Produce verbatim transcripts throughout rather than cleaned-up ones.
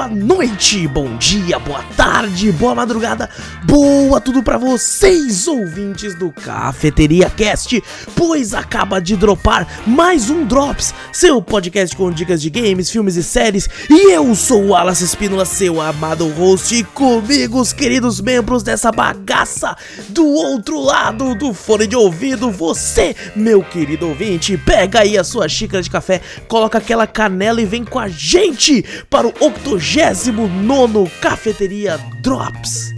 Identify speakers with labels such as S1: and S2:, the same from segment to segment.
S1: boa noite, bom dia, boa tarde, boa madrugada, boa tudo pra vocês, ouvintes do Cafeteria Cast, pois acaba de dropar mais um Drops, seu podcast com dicas de games, filmes e séries, e eu sou o Wallace Espínola, seu amado host, e comigo os queridos membros dessa bagaça, do outro lado do fone de ouvido, você, meu querido ouvinte, pega aí a sua xícara de café, coloca aquela canela e vem com a gente para o octogésimo nono Cafeteria Drops.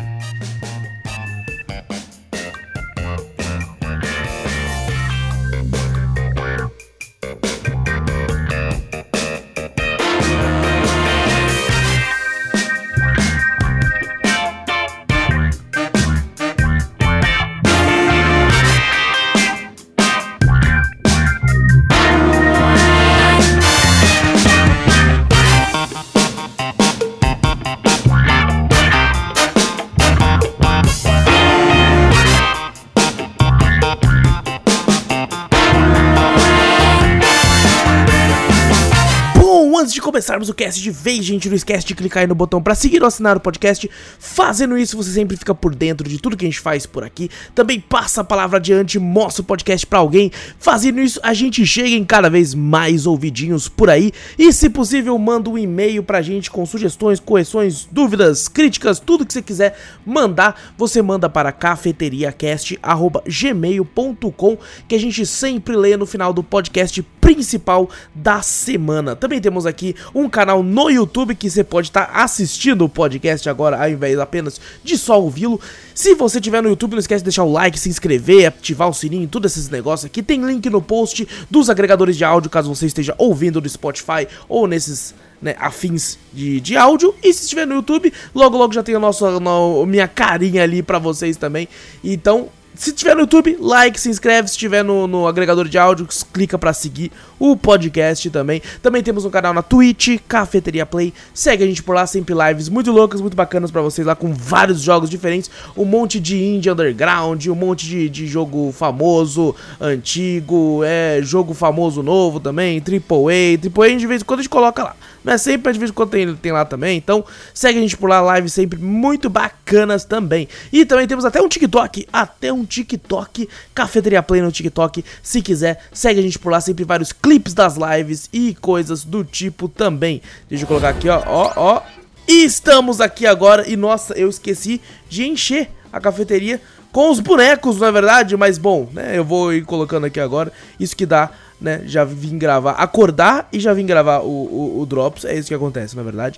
S1: Antes de começarmos o cast de vez, gente, não esquece de clicar aí no botão pra seguir ou assinar o podcast. Fazendo isso, você sempre fica por dentro de tudo que a gente faz por aqui. Também passa a palavra adiante, mostra o podcast pra alguém. Fazendo isso, a gente chega em cada vez mais ouvidinhos por aí. E, se possível, manda um e-mail pra gente com sugestões, correções, dúvidas, críticas, tudo que você quiser mandar. Você manda para cafeteriacast arroba gmail ponto com, que a gente sempre lê no final do podcast principal da semana. Também temos aqui um canal no YouTube que você pode estar tá assistindo o podcast agora, ao invés apenas de só ouvi-lo. Se você estiver no YouTube, não esquece de deixar o like, se inscrever, ativar o sininho, todos esses negócios aqui. Tem link no post dos agregadores de áudio, caso você esteja ouvindo do Spotify ou nesses, né, afins de, de áudio. E se estiver no YouTube, logo logo já tem a nossa, a minha carinha ali pra vocês também. Então, se tiver no YouTube, like, se inscreve. Se tiver no, no agregador de áudio, clica pra seguir o podcast também. Também temos um canal na Twitch, Cafeteria Play. Segue a gente por lá, sempre lives muito loucas, muito bacanas pra vocês lá, com vários jogos diferentes. Um monte de indie underground, um monte de, de jogo famoso, antigo, é, jogo famoso novo também, Triple A. Triple A de vez em quando a gente coloca lá. Não é sempre, mas de vez em quando tem, tem lá também. Então, segue a gente por lá, lives sempre muito bacanas também. E também temos até um TikTok, até um TikTok, Cafeteria Play no TikTok. Se quiser, segue a gente por lá, sempre vários clipes das lives e coisas do tipo também. Deixa eu colocar aqui, ó, ó, ó. E estamos aqui agora, e nossa, eu esqueci de encher a cafeteria com os bonecos, não é verdade? Mas bom, né, eu vou ir colocando aqui agora, isso que dá, né, já vim gravar, acordar e já vim gravar o, o, o Drops, é isso que acontece, na verdade.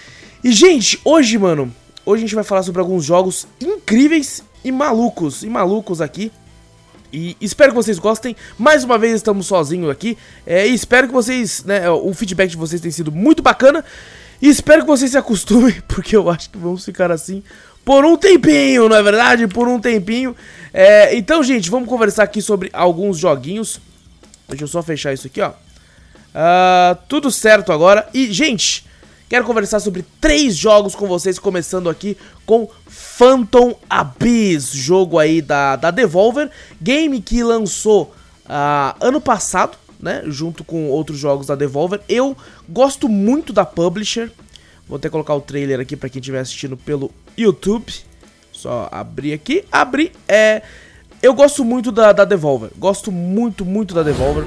S1: E, gente, hoje, mano, hoje a gente vai falar sobre alguns jogos incríveis e malucos, e malucos aqui. E espero que vocês gostem. Mais uma vez estamos sozinhos aqui, é, e espero que vocês, né, o feedback de vocês tem sido muito bacana. E espero que vocês se acostumem, porque eu acho que vamos ficar assim por um tempinho, não é verdade? Por um tempinho. É, então, gente, vamos conversar aqui sobre alguns joguinhos. Deixa eu só fechar isso aqui, ó. Uh, tudo certo agora. E, gente, quero conversar sobre três jogos com vocês, começando aqui com Phantom Abyss, jogo aí da, da Devolver, game que lançou uh, ano passado, né, junto com outros jogos da Devolver. Eu gosto muito da publisher. Vou até colocar o trailer aqui pra quem estiver assistindo pelo YouTube. Só abrir aqui, abrir, é... Eu gosto muito da, da Devolver, gosto muito, muito da Devolver.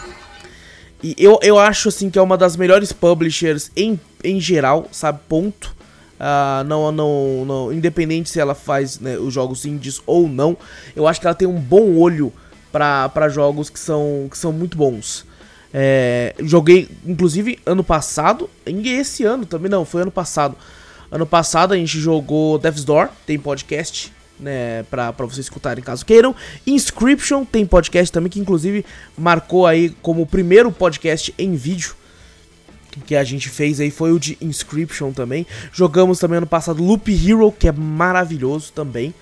S1: E eu, eu acho, assim, que é uma das melhores publishers em, em geral, sabe, ponto. Uh, não, não, não, independente se ela faz, né, os jogos indies ou não, eu acho que ela tem um bom olho pra, pra jogos que são, que são muito bons. É, joguei, inclusive, ano passado, e esse ano também, não, foi ano passado. Ano passado a gente jogou Death's Door, tem podcast, né, pra, pra vocês escutarem caso queiram. Inscription tem podcast também, que inclusive marcou aí como o primeiro podcast em vídeo que a gente fez aí, foi o de Inscription também. Jogamos também ano passado Loop Hero, que é maravilhoso também.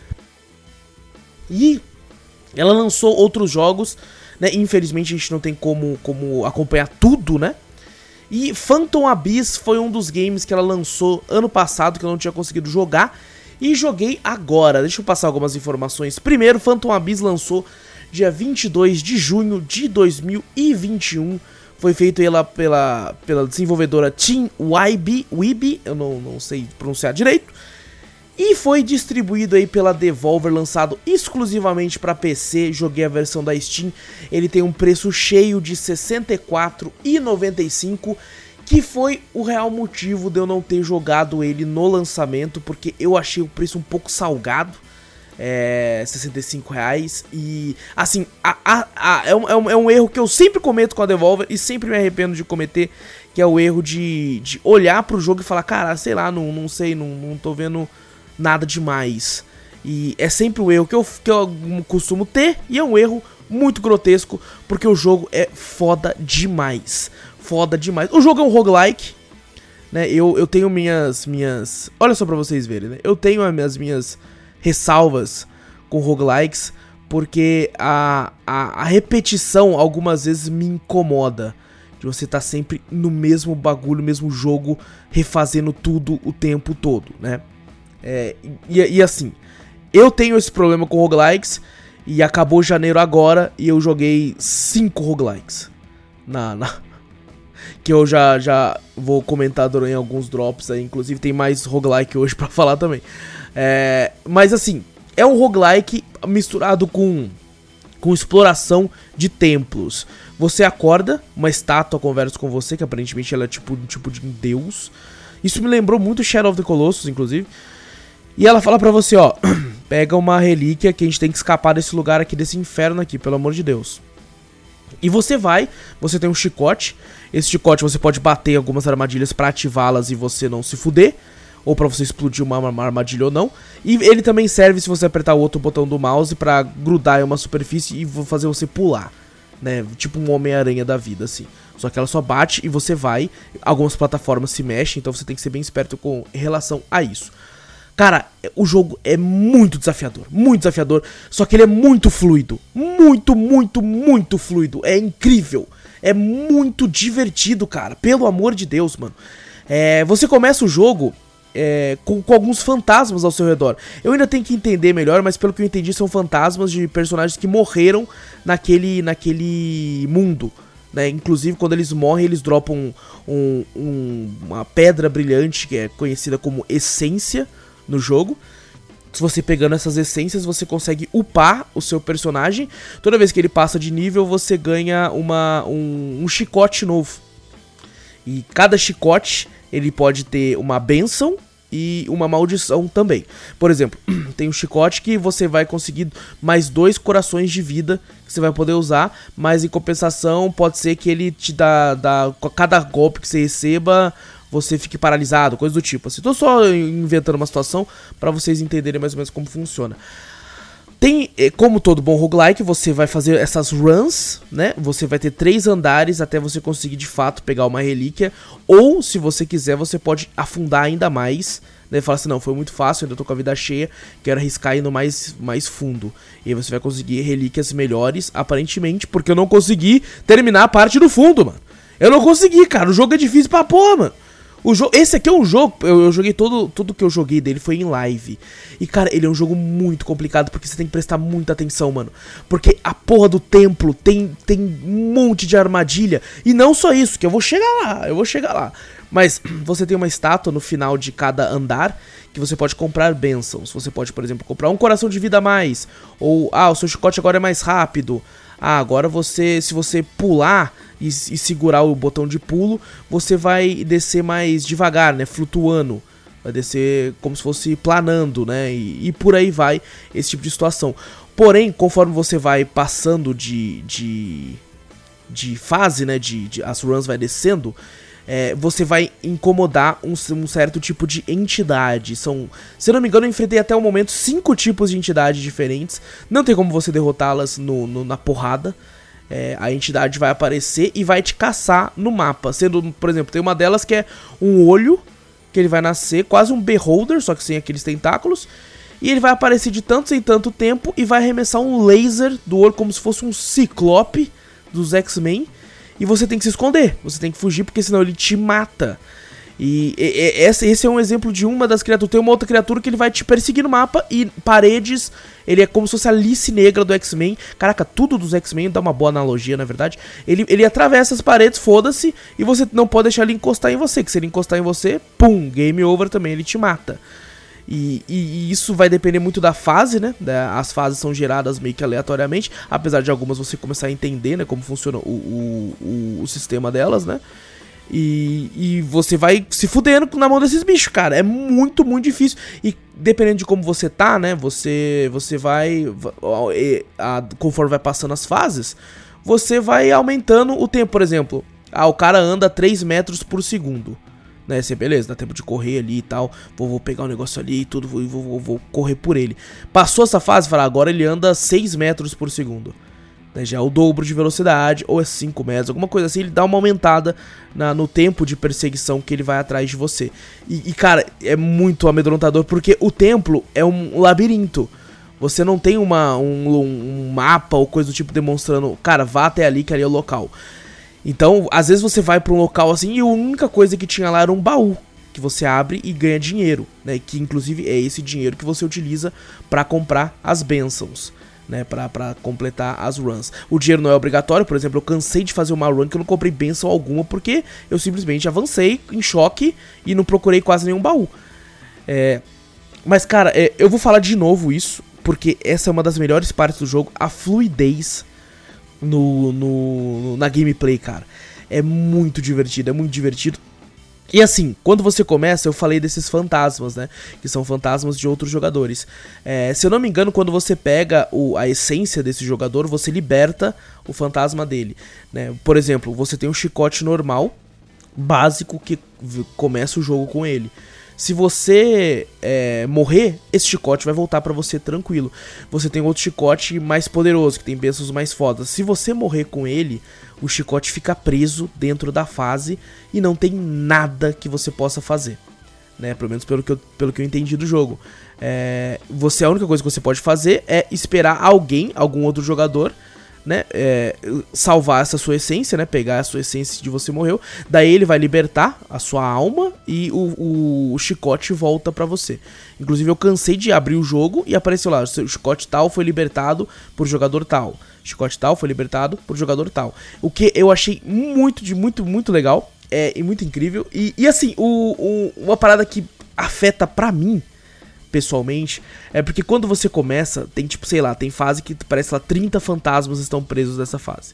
S1: E ela lançou outros jogos, né, infelizmente a gente não tem como, como acompanhar tudo, né. E Phantom Abyss foi um dos games que ela lançou ano passado, que eu não tinha conseguido jogar, e joguei agora. Deixa eu passar algumas informações. Primeiro, Phantom Abyss lançou dia vinte e dois de junho de dois mil e vinte e um Foi feito pela, pela, pela desenvolvedora Team Wibe, Wibe, eu não, não sei pronunciar direito. E foi distribuído aí pela Devolver, lançado exclusivamente para P C. Joguei a versão da Steam. Ele tem um preço cheio de sessenta e quatro reais e noventa e cinco centavos, que foi o real motivo de eu não ter jogado ele no lançamento, porque eu achei o preço um pouco salgado. É, sessenta e cinco reais. E assim, a, a, a, é, um, é, um, é um erro que eu sempre cometo com a Devolver e sempre me arrependo de cometer, que é o erro de, de olhar pro jogo e falar, cara, sei lá, não, não sei, não, não tô vendo nada demais. E é sempre um erro que eu, que eu costumo ter, e é um erro muito grotesco, porque o jogo é foda demais. Foda demais. O jogo é um roguelike, né? Eu, eu tenho minhas, minhas... Olha só pra vocês verem, né? Eu tenho as minhas ressalvas com roguelikes, porque a, a, a repetição algumas vezes me incomoda. De você estar tá sempre no mesmo bagulho, mesmo jogo, refazendo tudo o tempo todo, né? É, e, e assim, eu tenho esse problema com roguelikes, e acabou janeiro agora, e eu joguei cinco roguelikes. Na... na que eu já, já vou comentar durante alguns drops aí, inclusive tem mais roguelike hoje pra falar também. É, mas assim, é um roguelike misturado com, com exploração de templos. Você acorda, uma estátua conversa com você, que aparentemente ela é tipo, tipo de um deus. Isso me lembrou muito Shadow of the Colossus, inclusive. E ela fala pra você, ó, pega uma relíquia que a gente tem que escapar desse lugar aqui, desse inferno aqui, pelo amor de Deus. E você vai, você tem um chicote. Esse chicote você pode bater algumas armadilhas pra ativá-las e você não se fuder, ou pra você explodir uma, uma armadilha ou não. E ele também serve se você apertar o outro botão do mouse pra grudar em uma superfície e fazer você pular, né? Tipo um Homem-Aranha da vida, assim. Só que ela só bate e você vai. Algumas plataformas se mexem, então você tem que ser bem esperto com relação a isso. Cara, o jogo é muito desafiador, muito desafiador, só que ele é muito fluido, muito, muito, muito fluido, é incrível, é muito divertido, cara, pelo amor de Deus, mano. É, você começa o jogo é, com, com alguns fantasmas ao seu redor, eu ainda tenho que entender melhor, mas pelo que eu entendi são fantasmas de personagens que morreram naquele, naquele mundo. Né? Inclusive quando eles morrem eles dropam um, um, uma pedra brilhante que é conhecida como essência no jogo. Se você pegando essas essências, você consegue upar o seu personagem. Toda vez que ele passa de nível, você ganha uma, um, um chicote novo. E cada chicote, ele pode ter uma bênção e uma maldição também. Por exemplo, tem um chicote que você vai conseguir mais dois corações de vida que você vai poder usar, mas em compensação pode ser que ele te dá, dá cada golpe que você receba, você fique paralisado, coisa do tipo. Assim, tô só inventando uma situação pra vocês entenderem mais ou menos como funciona. Tem, como todo bom roguelike, você vai fazer essas runs, né? Você vai ter três andares até você conseguir de fato pegar uma relíquia. Ou, se você quiser, você pode afundar ainda mais, né? Fala assim, não, foi muito fácil, ainda tô com a vida cheia, quero arriscar indo mais, mais fundo. E aí você vai conseguir relíquias melhores, aparentemente, porque eu não consegui terminar a parte do fundo, mano. Eu não consegui, cara, o jogo é difícil pra porra, mano. O jogo, esse aqui é um jogo, eu, eu joguei todo, tudo que eu joguei dele foi em live. E cara, ele é um jogo muito complicado porque você tem que prestar muita atenção, mano. Porque a porra do templo tem, tem um monte de armadilha. E não só isso, que eu vou chegar lá, eu vou chegar lá. Mas você tem uma estátua no final de cada andar que você pode comprar bênçãos. Você pode, por exemplo, comprar um coração de vida a mais. Ou, ah, o seu chicote agora é mais rápido. Ah, agora você, se você pular e, e segurar o botão de pulo, você vai descer mais devagar, né, flutuando. Vai descer como se fosse planando, né, e, e por aí vai, esse tipo de situação. Porém, conforme você vai passando de, de, de fase, né, de, de, as runs vai descendo, é, você vai incomodar um, um certo tipo de entidade. São, se eu não me engano, eu enfrentei até o momento cinco tipos de entidades diferentes. Não tem como você derrotá-las no, no, na porrada. É, a entidade vai aparecer e vai te caçar no mapa. Sendo, por exemplo, tem uma delas que é um olho, que ele vai nascer, quase um beholder, só que sem aqueles tentáculos. E ele vai aparecer de tanto em tanto tempo e vai arremessar um laser do olho como se fosse um ciclope dos X-Men. E você tem que se esconder, você tem que fugir porque senão ele te mata. E, e, e esse, esse é um exemplo de uma das criaturas. Tem uma outra criatura que ele vai te perseguir no mapa e paredes, ele é como se fosse a Alice Negra do X-Men. Caraca, tudo dos X-Men dá uma boa analogia, na verdade. Ele, ele atravessa as paredes, foda-se, e você não pode deixar ele encostar em você, que se ele encostar em você, pum, game over também, ele te mata. E, e, e isso vai depender muito da fase, né? As fases são geradas meio que aleatoriamente, apesar de algumas você começar a entender, né, como funciona o, o, o, o sistema delas, né? E, e você vai se fudendo na mão desses bichos, cara. É muito, muito difícil. E dependendo de como você tá, né? Você, você vai... A, conforme vai passando as fases, você vai aumentando o tempo. Por exemplo, ah, o cara anda três metros por segundo, né? Você, beleza, dá tempo de correr ali e tal. Vou, vou pegar um negócio ali e tudo, vou, vou, vou correr por ele. Passou essa fase, fala, agora ele anda seis metros por segundo. Já é o dobro de velocidade, ou é cinco metros, alguma coisa assim. Ele dá uma aumentada na, no tempo de perseguição que ele vai atrás de você. E, e, cara, é muito amedrontador, porque o templo é um labirinto. Você não tem uma, um, um mapa ou coisa do tipo demonstrando, cara, vá até ali que ali é o local. Então, às vezes você vai pra um local assim e a única coisa que tinha lá era um baú que você abre e ganha dinheiro, né? Que inclusive é esse dinheiro que você utiliza pra comprar as bênçãos, né, pra, pra completar as runs. O dinheiro não é obrigatório, por exemplo, eu cansei de fazer uma run que eu não comprei bênção alguma porque eu simplesmente avancei em choque e não procurei quase nenhum baú. É, mas, cara, é, eu vou falar de novo isso, porque essa é uma das melhores partes do jogo, a fluidez no, no, na gameplay, cara. É muito divertido, é muito divertido. E assim, quando você começa, eu falei desses fantasmas, né? Que são fantasmas de outros jogadores. É, se eu não me engano, quando você pega o, a essência desse jogador, você liberta o fantasma dele, né? Por exemplo, você tem um chicote normal, básico, que começa o jogo com ele. Se você é, morrer, esse chicote vai voltar pra você tranquilo. Você tem outro chicote mais poderoso, que tem bênçãos mais fodas. Se você morrer com ele, o chicote fica preso dentro da fase e não tem nada que você possa fazer, né? Pelo menos pelo que eu, pelo que eu entendi do jogo. É, você, a única coisa que você pode fazer é esperar alguém, algum outro jogador, né, é, salvar essa sua essência, né, pegar a sua essência de você morreu, daí ele vai libertar a sua alma e o, o, o chicote volta pra você. Inclusive eu cansei de abrir o jogo e apareceu lá, o chicote tal foi libertado por jogador tal, chicote tal foi libertado por jogador tal. O que eu achei muito, de muito, muito legal, é, e muito incrível, e, e assim, o, o, uma parada que afeta pra mim, pessoalmente, é porque quando você começa, tem tipo, sei lá, tem fase que parece lá trinta fantasmas estão presos nessa fase.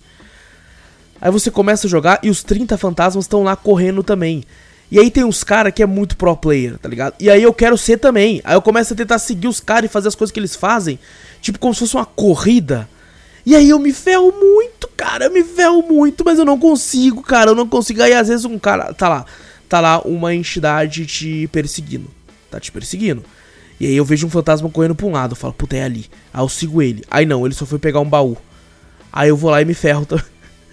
S1: Aí você começa a jogar e os trinta fantasmas estão lá correndo também. E aí tem uns caras que é muito pro player, tá ligado? E aí eu quero ser também. Aí eu começo a tentar seguir os caras e fazer as coisas que eles fazem, tipo como se fosse uma corrida. E aí eu me ferro muito, cara, eu me ferro muito, mas eu não consigo, cara, eu não consigo. Aí às vezes um cara, tá lá, tá lá uma entidade te perseguindo, tá te perseguindo. E aí eu vejo um fantasma correndo pra um lado, eu falo, puta, é ali. Aí eu sigo ele. Aí não, ele só foi pegar um baú. Aí eu vou lá e me ferro também.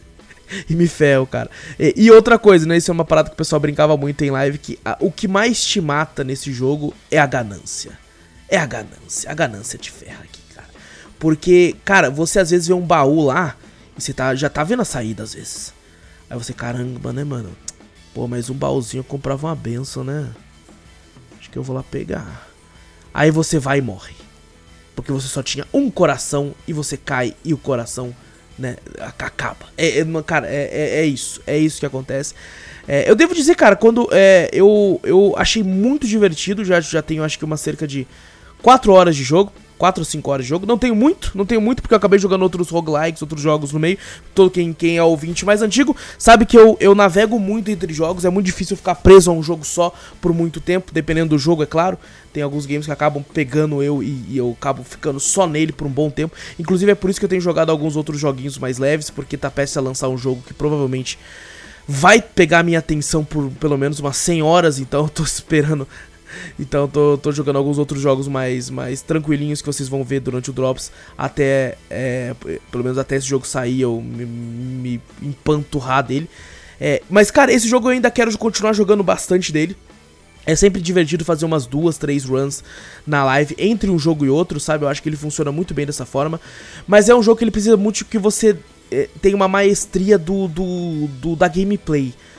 S1: E me ferro, cara. E, e outra coisa, né, isso é uma parada que o pessoal brincava muito em live, que a, o que mais te mata nesse jogo é a ganância. É a ganância. A ganância te ferra aqui, cara. Porque, cara, você às vezes vê um baú lá e você tá, já tá vendo a saída às vezes. Aí você, caramba, né, mano? Pô, mas um baúzinho eu comprava uma benção, né? Acho que eu vou lá pegar. Aí você vai e morre. Porque você só tinha um coração e você cai e o coração, né, acaba. É, é, cara, é, é, é isso. É isso que acontece. É, eu devo dizer, cara, quando é, eu, eu achei muito divertido. Já, já tenho, acho que, uma cerca de quatro horas de jogo. quatro ou cinco horas de jogo. Não tenho muito, não tenho muito, porque eu acabei jogando outros roguelikes, outros jogos no meio. Todo quem, quem é ouvinte mais antigo sabe que eu, eu navego muito entre jogos. É muito difícil ficar preso a um jogo só por muito tempo, dependendo do jogo, é claro. Tem alguns games que acabam pegando eu e, e eu acabo ficando só nele por um bom tempo. Inclusive é por isso que eu tenho jogado alguns outros joguinhos mais leves, porque tá prestes a lançar um jogo que provavelmente vai pegar minha atenção por pelo menos umas cem horas, então eu tô esperando. Então tô, tô jogando alguns outros jogos mais, mais tranquilinhos que vocês vão ver durante o Drops. Até, é, pelo menos até esse jogo sair, eu me, me empanturrar dele. É, mas cara, esse jogo eu ainda quero continuar jogando bastante dele. É sempre divertido fazer umas duas, três runs na live entre um jogo e outro, sabe? Eu acho que ele funciona muito bem dessa forma. Mas é um jogo que ele precisa muito que você é, tenha uma maestria do, do, do, da gameplay.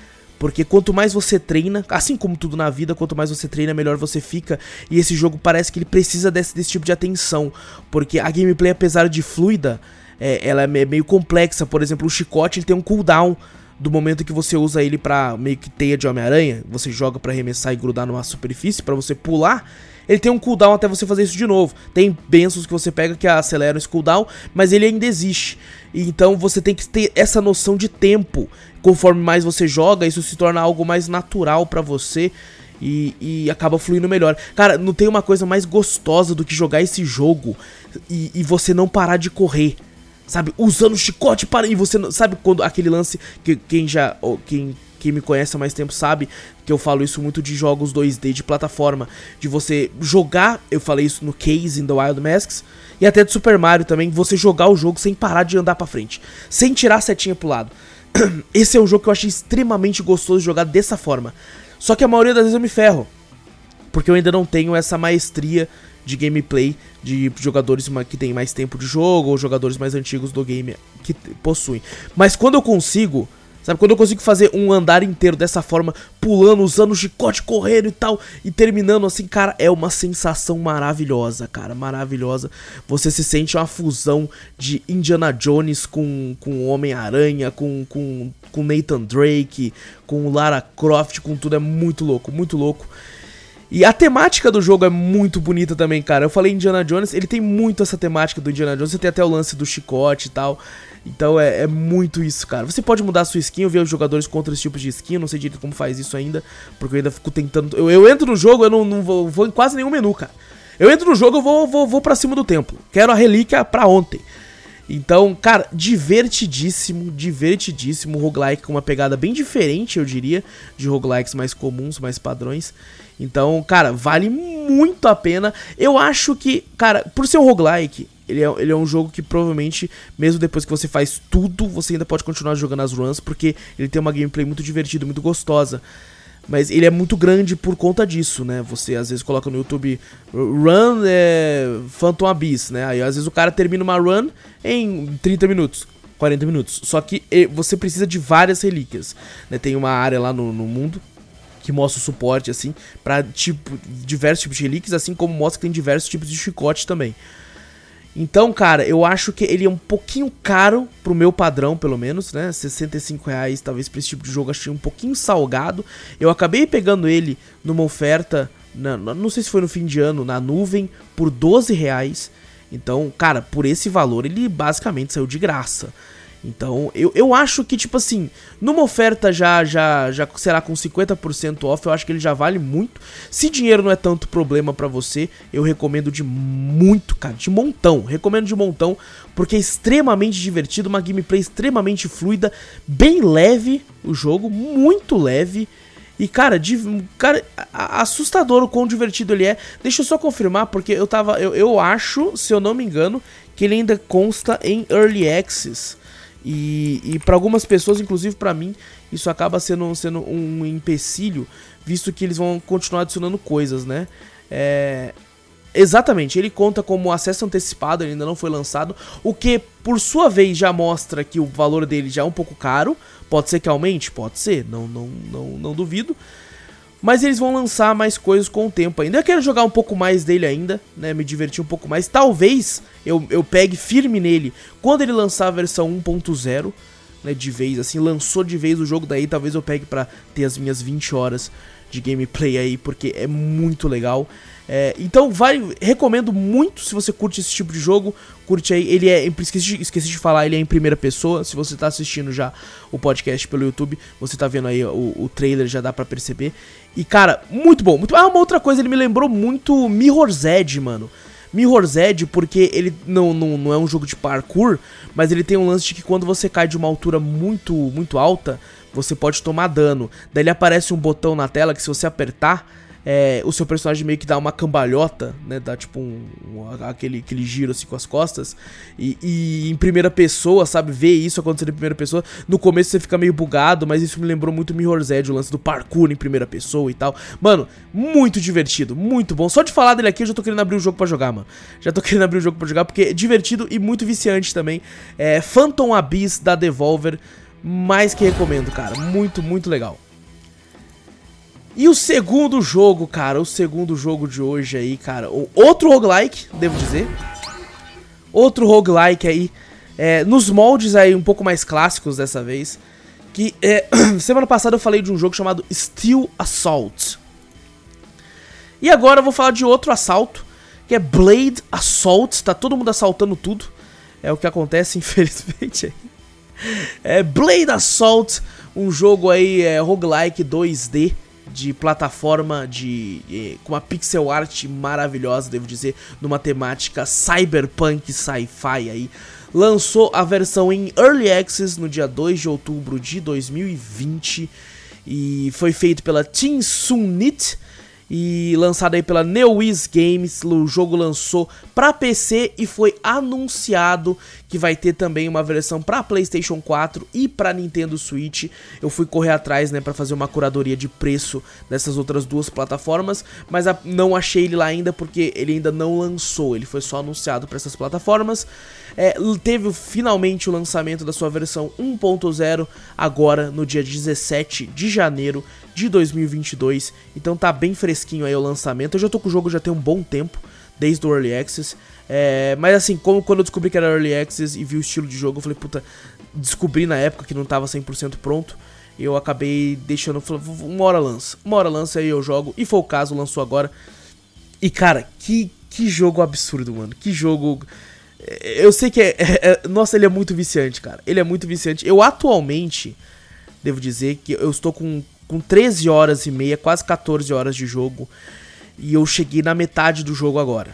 S1: Porque quanto mais você treina, assim como tudo na vida, quanto mais você treina, melhor você fica. E esse jogo parece que ele precisa desse, desse tipo de atenção. Porque a gameplay, apesar de fluida, é, ela é meio complexa. Por exemplo, o chicote ele tem um cooldown do momento que você usa ele pra meio que teia de Homem-Aranha. Você joga pra arremessar e grudar numa superfície, pra você pular. Ele tem um cooldown até você fazer isso de novo. Tem bênçãos que você pega que aceleram esse cooldown, mas ele ainda existe. E então você tem que ter essa noção de tempo. Conforme mais você joga, isso se torna algo mais natural pra você e, e acaba fluindo melhor. Cara, não tem uma coisa mais gostosa do que jogar esse jogo e, e você não parar de correr. Sabe, usando o chicote para... E você não... Sabe quando aquele lance que quem já... Quem... Quem me conhece há mais tempo sabe que eu falo isso muito de jogos dois D de plataforma. De você jogar, eu falei isso no Case in the Wild Masks, e até de Super Mario também, você jogar o jogo sem parar de andar pra frente, sem tirar a setinha pro lado. Esse é um jogo que eu achei extremamente gostoso de jogar dessa forma. Só que a maioria das vezes eu me ferro, porque eu ainda não tenho essa maestria de gameplay de jogadores que tem mais tempo de jogo, ou jogadores mais antigos do game que possuem. Mas quando eu consigo... Sabe, quando eu consigo fazer um andar inteiro dessa forma, pulando, usando o chicote, correndo e tal, e terminando assim, cara, é uma sensação maravilhosa, cara, maravilhosa. Você se sente uma fusão de Indiana Jones com, com Homem-Aranha, com, com, com Nathan Drake, com Lara Croft, com tudo, é muito louco, muito louco. E a temática do jogo é muito bonita também, cara. Eu falei Indiana Jones, ele tem muito essa temática do Indiana Jones. Você tem até o lance do chicote e tal. Então é, é muito isso, cara. Você pode mudar a sua skin, eu ver os jogadores contra esse tipo de skin. Eu não sei direito como faz isso ainda, porque eu ainda fico tentando... Eu, eu entro no jogo, eu não, não vou, vou em quase nenhum menu, cara. Eu entro no jogo, eu vou, vou, vou pra cima do templo. Quero a relíquia pra ontem. Então, cara, divertidíssimo, divertidíssimo, roguelike com uma pegada bem diferente, eu diria, de roguelikes mais comuns, mais padrões. Então, cara, vale muito a pena. Eu acho que, cara, por ser um roguelike, ele é, ele é um jogo que provavelmente, mesmo depois que você faz tudo, você ainda pode continuar jogando as runs, porque ele tem uma gameplay muito divertida, muito gostosa. Mas ele é muito grande por conta disso, né? Você às vezes coloca no YouTube Run é, Phantom Abyss, né? Aí às vezes o cara termina uma run em trinta minutos, quarenta minutos. Só que você precisa de várias relíquias, né? Tem uma área lá no, no mundo que mostra o suporte, assim, pra tipo, diversos tipos de relíquias, assim como mostra que tem diversos tipos de chicote também. Então, cara, eu acho que ele é um pouquinho caro pro meu padrão, pelo menos, né? sessenta e cinco reais, talvez pra esse tipo de jogo, achei um pouquinho salgado. Eu acabei pegando ele numa oferta, na, não sei se foi no fim de ano, na nuvem, por doze reais. Então, cara, por esse valor, ele basicamente saiu de graça. Então, eu, eu acho que, tipo assim, numa oferta já, já, já será com cinquenta por cento off, eu acho que ele já vale muito. Se dinheiro não é tanto problema pra você, eu recomendo de muito, cara, de montão. Recomendo de montão, porque é extremamente divertido, uma gameplay extremamente fluida, bem leve o jogo, muito leve. E, cara, de, cara, assustador o quão divertido ele é. Deixa eu só confirmar, porque eu tava, eu, eu acho, se eu não me engano, que ele ainda consta em Early Access. E, e para algumas pessoas, inclusive para mim, isso acaba sendo, sendo um empecilho, visto que eles vão continuar adicionando coisas, né? É... Exatamente, ele conta como acesso antecipado, ele ainda não foi lançado, o que por sua vez já mostra que o valor dele já é um pouco caro. Pode ser que aumente? Pode ser, não, não, não, não duvido. Mas eles vão lançar mais coisas com o tempo ainda. Eu quero jogar um pouco mais dele ainda, né? Me divertir um pouco mais. Talvez eu, eu pegue firme nele quando ele lançar a versão um ponto zero, né? De vez, assim, lançou de vez o jogo. Daí talvez eu pegue pra ter as minhas vinte horas de gameplay aí, porque é muito legal. É, então vai, recomendo muito se você curte esse tipo de jogo. Curte aí, ele é, esqueci, esqueci de falar, ele é em primeira pessoa. Se você tá assistindo já o podcast pelo YouTube, você tá vendo aí o, o trailer, já dá pra perceber. E cara, muito bom, muito... Ah, uma outra coisa, ele me lembrou muito Mirror's Edge, mano. Mirror's Edge, porque ele não, não, não é um jogo de parkour, mas ele tem um lance de que quando você cai de uma altura muito, muito alta, você pode tomar dano. Daí ele aparece um botão na tela que se você apertar, é, o seu personagem meio que dá uma cambalhota, né? Dá tipo um, um, aquele, aquele giro assim com as costas. E, e em primeira pessoa, sabe? Ver isso acontecendo em primeira pessoa. No começo você fica meio bugado, mas isso me lembrou muito Mirror's Edge, o lance do parkour em primeira pessoa e tal. Mano, muito divertido, muito bom. Só de falar dele aqui eu já tô querendo abrir o jogo pra jogar, mano. Já tô querendo abrir o jogo pra jogar porque é divertido e muito viciante também. É Phantom Abyss da Devolver. Mais que recomendo, cara. Muito, muito legal. E o segundo jogo, cara, o segundo jogo de hoje aí, cara, outro roguelike, devo dizer. Outro roguelike aí, é, nos moldes aí um pouco mais clássicos dessa vez. Que é, semana passada eu falei de um jogo chamado Steel Assault. E agora eu vou falar de outro assalto, que é Blade Assault. Tá todo mundo assaltando tudo. É o que acontece, infelizmente. É Blade Assault, um jogo aí, é, roguelike dois D de plataforma de, de com uma pixel art maravilhosa, devo dizer, numa temática cyberpunk sci-fi aí. Lançou a versão em Early Access no dia dois de outubro de dois mil e vinte e foi feito pela Team Sunit e lançado aí pela Neowiz Games. O jogo lançou pra P C e foi anunciado que vai ter também uma versão pra PlayStation quatro e pra Nintendo Switch. Eu fui correr atrás, né, pra fazer uma curadoria de preço dessas outras duas plataformas, mas a, não achei ele lá ainda porque ele ainda não lançou, ele foi só anunciado pra essas plataformas. É, teve finalmente o lançamento da sua versão um ponto zero agora no dia dezessete de janeiro de dois mil e vinte e dois, então tá bem fresquinho aí o lançamento. Eu já tô com o jogo já tem um bom tempo, desde o Early Access, é, mas assim, como, quando eu descobri que era Early Access e vi o estilo de jogo, eu falei, puta, descobri na época que não tava cem por cento pronto, e eu acabei deixando, falei, uma hora lança, uma hora lança aí eu jogo, e foi o caso, lançou agora. E cara, que, que jogo absurdo, mano, que jogo... Eu sei que é, é, é... Nossa, ele é muito viciante, cara. Ele é muito viciante. Eu atualmente, devo dizer que eu estou com, com treze horas e meia, quase quatorze horas de jogo. E eu cheguei na metade do jogo agora.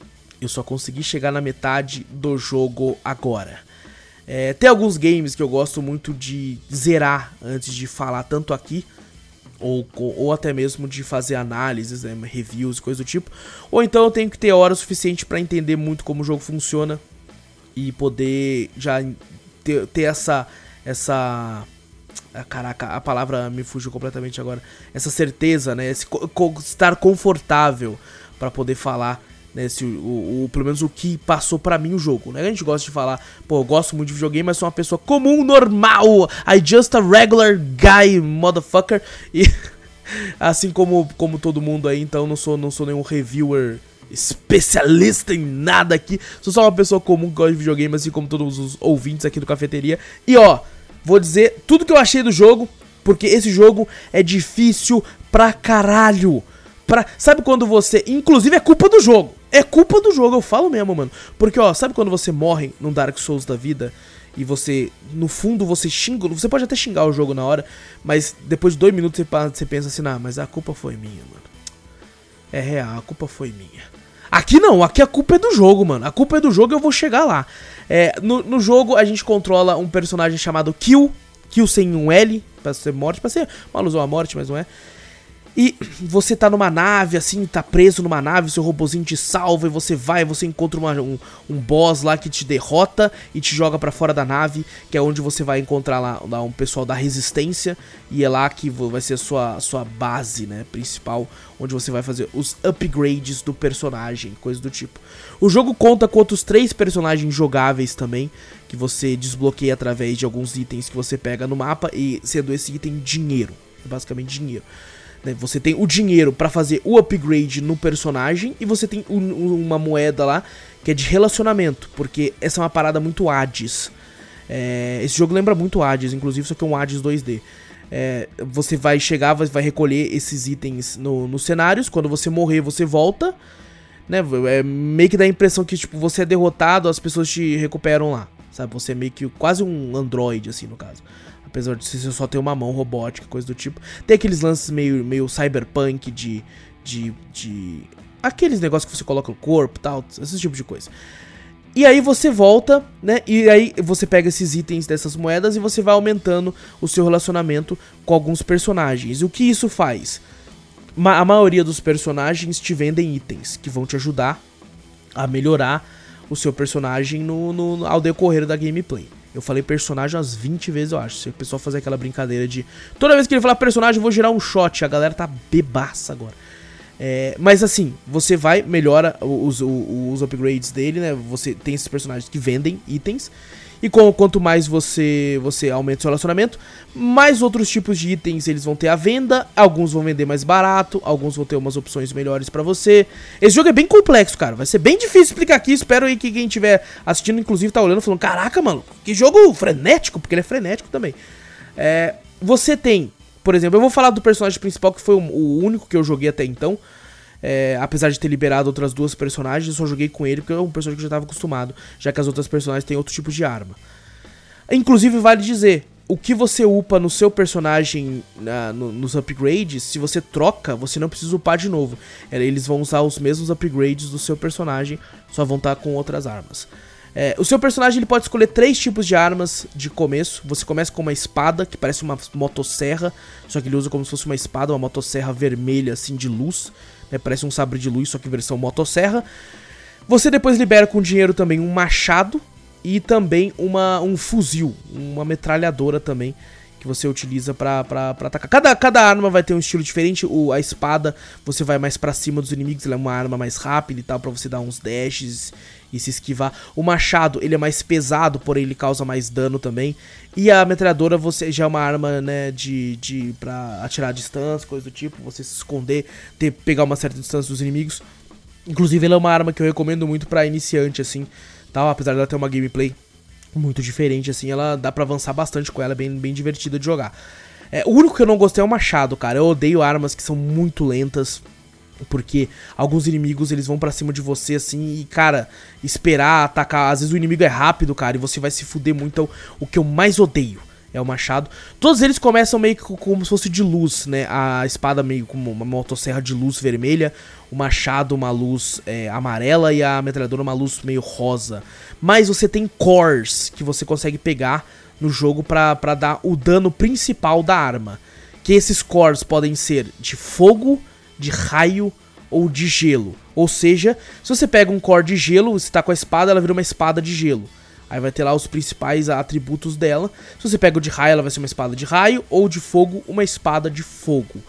S1: Eu só consegui chegar na metade do jogo agora. É, tem alguns games que eu gosto muito de zerar antes de falar tanto aqui, Ou, ou até mesmo de fazer análises, né, reviews, coisa do tipo. Ou então eu tenho que ter hora suficiente pra entender muito como o jogo funciona e poder já ter, ter essa... essa caraca, a palavra me fugiu completamente agora. Essa certeza, né, esse, estar confortável pra poder falar, né, se, o, o, pelo menos o que passou pra mim o jogo, né? A gente gosta de falar, pô, eu gosto muito de videogame, mas sou uma pessoa comum, normal, I just a regular guy, motherfucker, e assim como, como todo mundo aí, então não sou, não sou nenhum reviewer especialista em nada aqui, sou só uma pessoa comum que gosta de videogame, assim como todos os ouvintes aqui do Cafeteria. E ó, vou dizer tudo que eu achei do jogo, porque esse jogo é difícil pra caralho. Pra, sabe quando você... Inclusive é culpa do jogo. É culpa do jogo, eu falo mesmo, mano. Porque, ó, sabe quando você morre num Dark Souls da vida e você, no fundo, você xinga... Você pode até xingar o jogo na hora, mas depois de dois minutos você, você pensa assim, ah, mas a culpa foi minha, mano. É real, a culpa foi minha. Aqui não, aqui a culpa é do jogo, mano. A culpa é do jogo e eu vou chegar lá. É, no, no jogo a gente controla um personagem chamado Kill. Kill sem um L, pra ser morte, pra ser uma alusão à morte, mas não é. E você tá numa nave, assim, tá preso numa nave, seu robozinho te salva e você vai, você encontra uma, um, um boss lá que te derrota e te joga pra fora da nave, que é onde você vai encontrar lá, lá um pessoal da resistência, e é lá que vai ser a sua, sua base, né, principal, onde você vai fazer os upgrades do personagem, coisa do tipo. O jogo conta com outros três personagens jogáveis também, que você desbloqueia através de alguns itens que você pega no mapa, e sendo esse item dinheiro, basicamente dinheiro. Você tem o dinheiro pra fazer o upgrade no personagem e você tem um, uma moeda lá que é de relacionamento, porque essa é uma parada muito Hades. É, esse jogo lembra muito Hades, inclusive, só que é um Hades dois D. É, você vai chegar, vai, vai recolher esses itens no, nos cenários, quando você morrer você volta, né? É, meio que dá a impressão que tipo, você é derrotado, as pessoas te recuperam lá, sabe? Você é meio que quase um androide, assim, no caso. Apesar de você só ter uma mão robótica, coisa do tipo. Tem aqueles lances meio, meio cyberpunk de, de, de... aqueles negócios que você coloca no corpo e tal, esse tipo de coisa. E aí você volta, né, e aí você pega esses itens dessas moedas e você vai aumentando o seu relacionamento com alguns personagens. E o que isso faz? Ma- a maioria dos personagens te vendem itens que vão te ajudar a melhorar o seu personagem no, no, ao decorrer da gameplay. Eu falei personagem umas vinte vezes, eu acho. Se o pessoal fazer aquela brincadeira de... toda vez que ele falar personagem, eu vou gerar um shot. A galera tá bebaça agora. É, mas assim, você vai, melhora os, os, os upgrades dele, né? Você tem esses personagens que vendem itens. E com, quanto mais você, você aumenta o seu relacionamento, mais outros tipos de itens eles vão ter à venda. Alguns vão vender mais barato, alguns vão ter umas opções melhores pra você. Esse jogo é bem complexo, cara. Vai ser bem difícil explicar aqui. Espero aí que quem estiver assistindo, inclusive, tá olhando e falando: caraca, mano, que jogo frenético, porque ele é frenético também. É, você tem, por exemplo, eu vou falar do personagem principal, que foi o, o único que eu joguei até então. É, apesar de ter liberado outras duas personagens, eu só joguei com ele porque é um personagem que eu já estava acostumado, já que as outras personagens têm outro tipo de arma. Inclusive, vale dizer, o que você upa no seu personagem, na, no, nos upgrades, se você troca, você não precisa upar de novo. Eles vão usar os mesmos upgrades do seu personagem, só vão estar com outras armas. É, o seu personagem ele pode escolher três tipos de armas de começo. Você começa com uma espada, que parece uma motosserra, só que ele usa como se fosse uma espada, uma motosserra vermelha assim de luz, né? Parece um sabre de luz, só que versão motosserra. Você depois libera com dinheiro também um machado e também uma, um fuzil, uma metralhadora também, que você utiliza pra, pra, pra atacar. Cada, cada arma vai ter um estilo diferente. O, a espada, você vai mais pra cima dos inimigos, ela é uma arma mais rápida e tal, pra você dar uns dashes e se esquivar. O machado, ele é mais pesado, porém ele causa mais dano também. E a metralhadora, você já é uma arma, né, de, de, pra atirar a distância, coisa do tipo, você se esconder, ter, pegar uma certa distância dos inimigos. Inclusive, ela é uma arma que eu recomendo muito pra iniciante, assim, tal, apesar dela ter uma gameplay muito diferente, assim, ela dá pra avançar bastante com ela, é bem, bem divertida de jogar. É, o único que eu não gostei é o machado, cara. Eu odeio armas que são muito lentas, porque alguns inimigos, eles vão pra cima de você, assim, e, cara, esperar, atacar. Às vezes o inimigo é rápido, cara, e você vai se fuder muito. Então, o que eu mais odeio é o machado. Todos eles começam meio que como se fosse de luz, né? A espada meio como uma motosserra de luz vermelha, o machado uma luz é, amarela e a metralhadora uma luz meio rosa. Mas você tem cores que você consegue pegar no jogo pra, pra dar o dano principal da arma. Que esses cores podem ser de fogo, de raio ou de gelo. Ou seja, se você pega um core de gelo, você tá com a espada, ela vira uma espada de gelo. Aí vai ter lá os principais atributos dela. Se você pega o de raio, ela vai ser uma espada de raio. Ou de fogo, uma espada de fogo.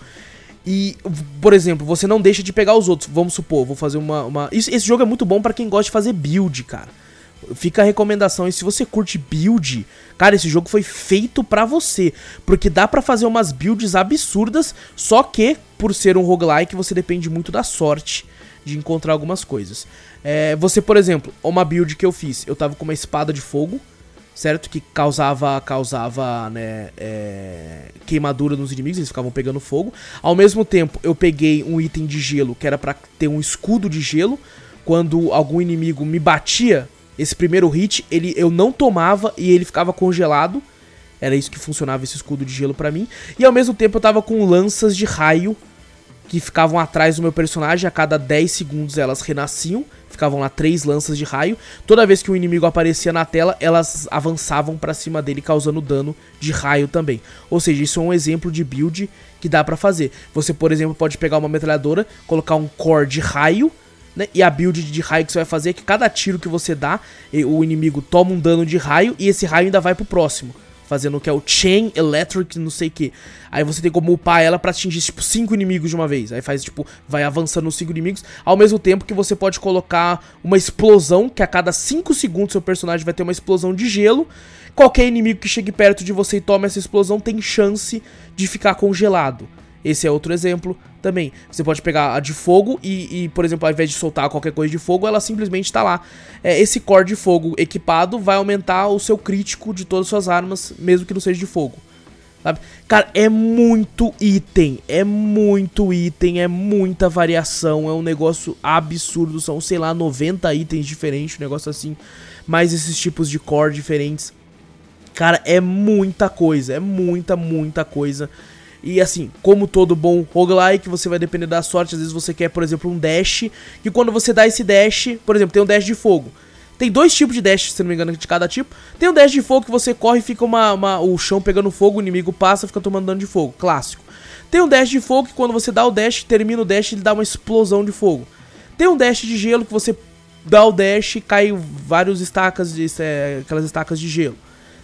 S1: E, por exemplo, você não deixa de pegar os outros. Vamos supor, vou fazer uma... uma... Esse, esse jogo é muito bom pra quem gosta de fazer build, cara. Fica a recomendação, e se você curte build, cara, esse jogo foi feito pra você, porque dá pra fazer umas builds absurdas, só que, por ser um roguelike, você depende muito da sorte de encontrar algumas coisas. É, você, por exemplo, uma build que eu fiz, eu tava com uma espada de fogo, certo? Que causava, causava né, é, queimadura nos inimigos, eles ficavam pegando fogo. Ao mesmo tempo, eu peguei um item de gelo, que era pra ter um escudo de gelo. Quando algum inimigo me batia, esse primeiro hit, ele, eu não tomava e ele ficava congelado. Era isso que funcionava esse escudo de gelo pra mim. E ao mesmo tempo eu tava com lanças de raio que ficavam atrás do meu personagem. A cada dez segundos elas renasciam. Ficavam lá três lanças de raio. Toda vez que um inimigo aparecia na tela, elas avançavam pra cima dele, causando dano de raio também. Ou seja, isso é um exemplo de build que dá pra fazer. Você, por exemplo, pode pegar uma metralhadora, colocar um core de raio, né? E a build de raio que você vai fazer é que cada tiro que você dá, o inimigo toma um dano de raio e esse raio ainda vai pro próximo, fazendo o que é o Chain Electric, não sei o que. Aí você tem como upar ela pra atingir, tipo, cinco inimigos de uma vez. Aí faz, tipo, vai avançando os cinco inimigos, ao mesmo tempo que você pode colocar uma explosão, que a cada cinco segundos seu personagem vai ter uma explosão de gelo. Qualquer inimigo que chegue perto de você e tome essa explosão tem chance de ficar congelado. Esse é outro exemplo também. Você pode pegar a de fogo e, e, por exemplo, ao invés de soltar qualquer coisa de fogo, ela simplesmente tá lá. É, esse core de fogo equipado vai aumentar o seu crítico de todas as suas armas, mesmo que não seja de fogo. Sabe? Cara, é muito item, é muito item, é muita variação, é um negócio absurdo. São, sei lá, noventa itens diferentes, um negócio assim. Mais esses tipos de core diferentes. Cara, é muita coisa, é muita, muita coisa. E assim, como todo bom roguelike, você vai depender da sorte. Às vezes você quer, por exemplo, um dash, que quando você dá esse dash, por exemplo, tem um dash de fogo. Tem dois tipos de dash, se não me engano, de cada tipo. Tem um dash de fogo que você corre e fica uma, uma, o chão pegando fogo, o inimigo passa, fica tomando dano de fogo, clássico. Tem um dash de fogo que quando você dá o dash, termina o dash, ele dá uma explosão de fogo. Tem um dash de gelo que você dá o dash e cai vários estacas, de, é, aquelas estacas de gelo.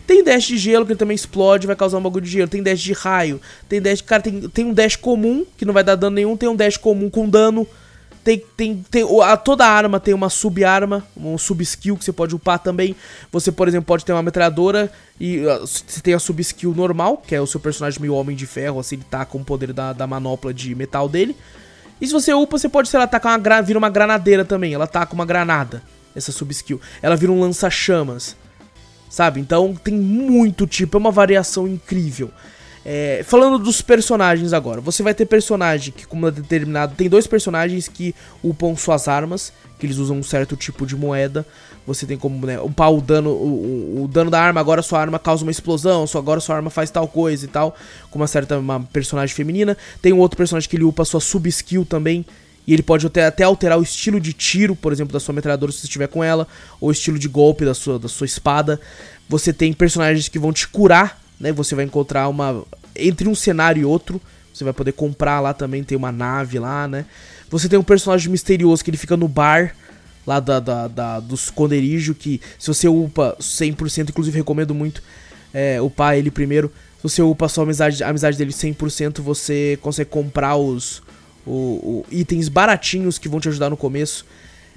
S1: Tem dash de gelo, que ele também explode, vai causar um bagulho de gelo. Tem dash de raio. Tem dash... Cara, tem, tem um dash comum, que não vai dar dano nenhum. Tem um dash comum com dano. Tem... tem, tem a, toda arma tem uma sub-arma, um sub-skill que você pode upar também. Você, por exemplo, pode ter uma metralhadora e uh, você tem a sub-skill normal, que é o seu personagem meio Homem de Ferro, assim, ele tá com o poder da, da manopla de metal dele. E se você upa, você pode, sei lá, tacar uma, vira uma granadeira também. Ela taca uma granada, essa sub-skill. Ela vira um lança-chamas. Sabe? Então tem muito tipo, é uma variação incrível. É, falando dos personagens agora, você vai ter personagem que, como é determinado, tem dois personagens que upam suas armas, que eles usam um certo tipo de moeda. Você tem como, né, upar o dano, o, o, o dano da arma, agora sua arma causa uma explosão, agora sua arma faz tal coisa e tal, com uma certa uma personagem feminina. Tem um outro personagem que ele upa sua sub-skill também. E ele pode até, até alterar o estilo de tiro, por exemplo, da sua metralhadora se você estiver com ela, ou o estilo de golpe da sua, da sua espada. Você tem personagens que vão te curar, né? Você vai encontrar uma... Entre um cenário e outro, você vai poder comprar lá também, tem uma nave lá, né? Você tem um personagem misterioso que ele fica no bar, lá da, da, da, do esconderijo, que se você upa cem por cento, inclusive recomendo muito é, upar ele primeiro. Se você upa a sua amizade, a amizade dele cem por cento, você consegue comprar os... O, o, itens baratinhos que vão te ajudar no começo.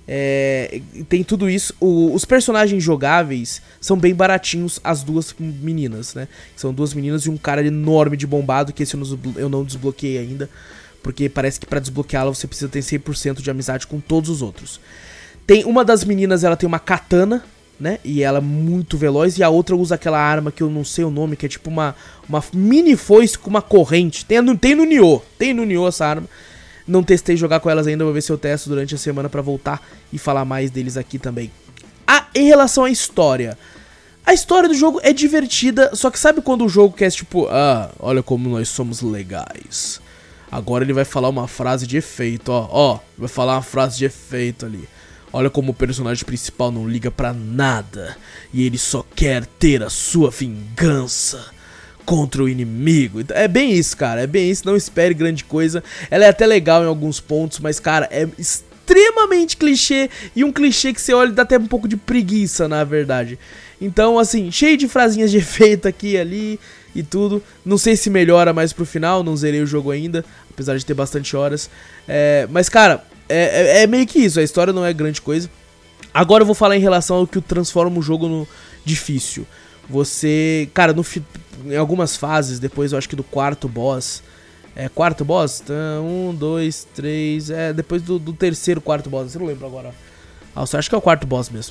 S1: É, tem tudo isso. O, os personagens jogáveis são bem baratinhos, as duas meninas, né? São duas meninas e um cara enorme de bombado, que esse eu não, eu não desbloqueei ainda, porque parece que pra desbloqueá-la você precisa ter cem por cento de amizade com todos os outros. Tem uma das meninas, ela tem uma katana, né? E ela é muito veloz. E a outra usa aquela arma que eu não sei o nome, que é tipo uma, uma mini foice com uma corrente. Tem, tem no Nioh, tem no Nioh essa arma. Não testei jogar com elas ainda, vou ver se eu testo durante a semana pra voltar e falar mais deles aqui também. Ah, em relação à história. A história do jogo é divertida, só que sabe quando o jogo quer tipo... Ah, olha como nós somos legais. Agora ele vai falar uma frase de efeito, ó. Ó, vai falar uma frase de efeito ali. Olha como o personagem principal não liga pra nada. E ele só quer ter a sua vingança contra o inimigo. É bem isso, cara, é bem isso, não espere grande coisa. Ela é até legal em alguns pontos, mas, cara, é extremamente clichê. E um clichê que você olha e dá até um pouco de preguiça, na verdade. Então, assim, cheio de frasinhas de efeito aqui e ali e tudo. Não sei se melhora mais pro final, não zerei o jogo ainda, apesar de ter bastante horas. É, mas, cara, é, é, é meio que isso, a história não é grande coisa. Agora eu vou falar em relação ao que transforma o jogo no difícil. Você, cara, no, em algumas fases, depois eu acho que do quarto boss, é quarto boss? Um, dois, três, é depois do, do terceiro, quarto boss, eu não lembro agora. Ah, eu acho que é o quarto boss mesmo.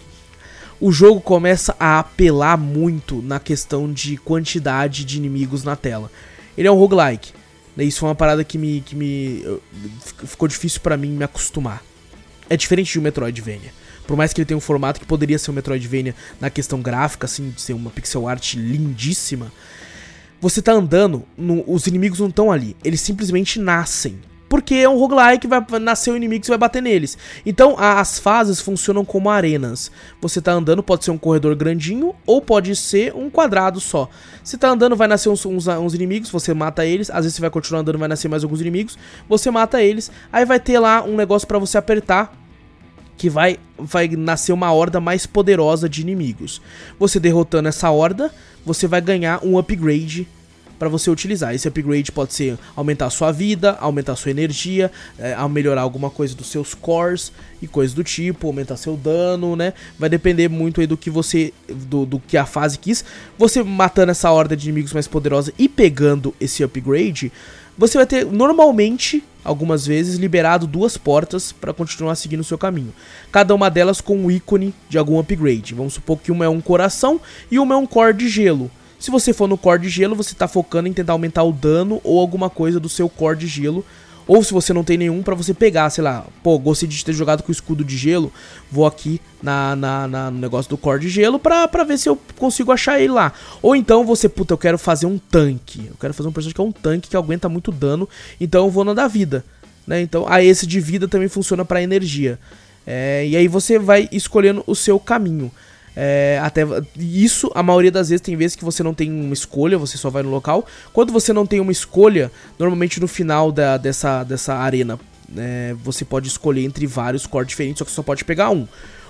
S1: O jogo começa a apelar muito na questão de quantidade de inimigos na tela. Ele é um roguelike, né? Isso foi uma parada que me, que me ficou difícil pra mim me acostumar. É diferente de um Metroidvania. Por mais que ele tenha um formato que poderia ser um Metroidvania na questão gráfica, assim, de ser uma pixel art lindíssima, você tá andando, no, os inimigos não estão ali, eles simplesmente nascem. Porque é um roguelike, vai nascer um inimigo e você vai bater neles. Então a, as fases funcionam como arenas. Você tá andando, pode ser um corredor grandinho ou pode ser um quadrado só. Você tá andando, vai nascer uns, uns, uns inimigos, você mata eles. Às vezes você vai continuar andando, vai nascer mais alguns inimigos. Você mata eles, aí vai ter lá um negócio pra você apertar, que vai, vai nascer uma horda mais poderosa de inimigos. Você derrotando essa horda, você vai ganhar um upgrade para você utilizar. Esse upgrade pode ser aumentar a sua vida, aumentar a sua energia, é, melhorar alguma coisa dos seus cores e coisas do tipo, aumentar seu dano, né? Vai depender muito aí do que você, do, do que a fase quis. Você matando essa horda de inimigos mais poderosa e pegando esse upgrade, você vai ter, normalmente, algumas vezes, liberado duas portas para continuar seguindo o seu caminho. Cada uma delas com um ícone de algum upgrade. Vamos supor que uma é um coração e uma é um core de gelo. Se você for no core de gelo, você tá focando em tentar aumentar o dano ou alguma coisa do seu core de gelo. Ou se você não tem nenhum, pra você pegar, sei lá, pô, gostei de ter jogado com o escudo de gelo, vou aqui na, na, na, no negócio do core de gelo pra, pra ver se eu consigo achar ele lá. Ou então você, puta, eu quero fazer um tanque, eu quero fazer um personagem que é um tanque que aguenta muito dano, então eu vou na da vida, né? Então, a esse de vida também funciona pra energia. É, e aí você vai escolhendo o seu caminho. É, até isso, a maioria das vezes tem vezes que você não tem uma escolha, você só vai no local. Quando você não tem uma escolha, normalmente no final da, dessa, dessa arena, é, você pode escolher entre vários cores diferentes, só que você só pode pegar um.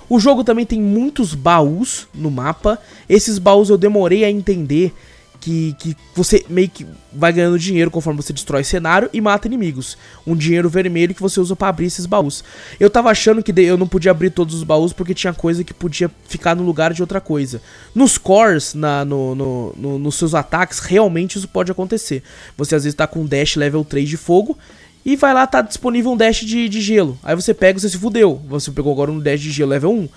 S1: O jogo também tem muitos baús no mapa. Esses baús eu demorei a entender que, que você meio que vai ganhando dinheiro conforme você destrói cenário e mata inimigos. Um dinheiro vermelho que você usa pra abrir esses baús. Eu tava achando que eu não podia abrir todos os baús porque tinha coisa que podia ficar no lugar de outra coisa. Nos cores, na, no, no, no, nos seus ataques, realmente isso pode acontecer. Você às vezes tá com um dash level três de fogo e vai lá, tá disponível um dash de, de gelo. Aí você pega e você se fudeu. Você pegou agora um dash de gelo level um.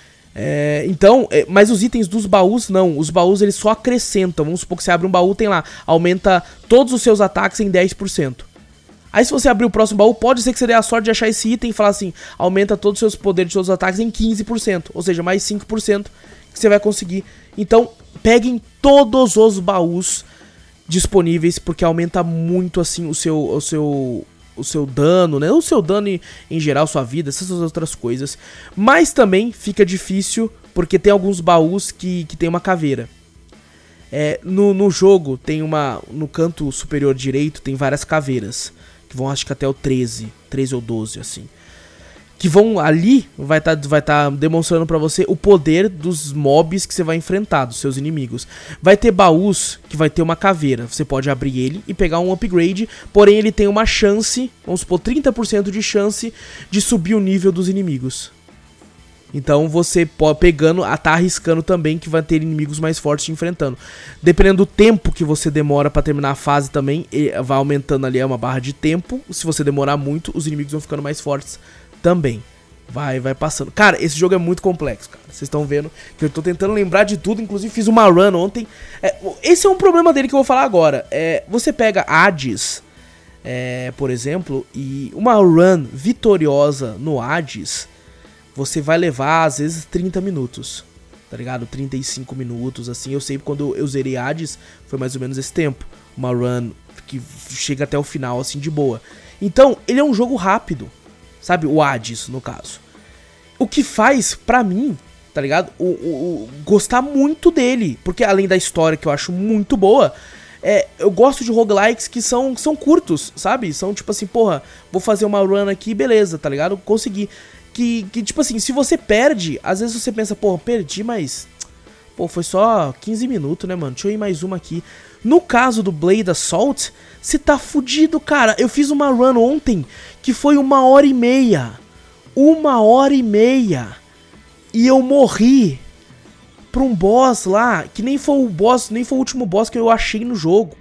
S1: É, então, é, mas os itens dos baús não, os baús eles só acrescentam. Vamos supor que você abre um baú, tem lá, aumenta todos os seus ataques em dez por cento. Aí se você abrir o próximo baú, pode ser que você dê a sorte de achar esse item e falar assim, aumenta todos os seus poderes de todos os ataques em quinze por cento, ou seja, mais cinco por cento que você vai conseguir. Então, peguem todos os baús disponíveis, porque aumenta muito assim o seu, o seu, o seu dano, né? O seu dano em, em geral, sua vida, essas outras coisas. Mas também fica difícil porque tem alguns baús que, que tem uma caveira. É, no, no jogo tem uma... No canto superior direito tem várias caveiras. Que vão acho que até o treze. treze ou doze, assim. Que vão ali, vai estar tá, vai tá demonstrando pra você o poder dos mobs que você vai enfrentar, dos seus inimigos. Vai ter baús que vai ter uma caveira, você pode abrir ele e pegar um upgrade, porém ele tem uma chance, vamos supor, trinta por cento de chance de subir o nível dos inimigos. Então você pode, pegando, tá arriscando também que vai ter inimigos mais fortes te enfrentando. Dependendo do tempo que você demora pra terminar a fase também, vai aumentando ali uma barra de tempo. Se você demorar muito, os inimigos vão ficando mais fortes também. Vai, vai passando. Cara, esse jogo é muito complexo, cara. Vocês estão vendo que eu tô tentando lembrar de tudo. Inclusive fiz uma run ontem. É, esse é um problema dele que eu vou falar agora. É, você pega Hades, é, por exemplo, e uma run vitoriosa no Hades, você vai levar às vezes trinta minutos, tá ligado? trinta e cinco minutos, assim. Eu sei que quando eu zerei Hades foi mais ou menos esse tempo. Uma run que chega até o final, assim, de boa. Então, ele é um jogo rápido. Sabe, o Hades, no caso. O que faz, pra mim, tá ligado? O, o, o, gostar muito dele. Porque além da história, que eu acho muito boa, é, eu gosto de roguelikes que são, são curtos, sabe? São tipo assim, porra, vou fazer uma run aqui, beleza, tá ligado? Consegui. Que, que tipo assim, se você perde, às vezes você pensa, porra, perdi, mas... Pô, foi só quinze minutos, né, mano? Deixa eu ir mais uma aqui. No caso do Blade Assault, você tá fudido, cara. Eu fiz uma run ontem que foi uma hora e meia. Uma hora e meia. E eu morri pra um boss lá, que nem foi o boss, nem foi o último boss que eu achei no jogo.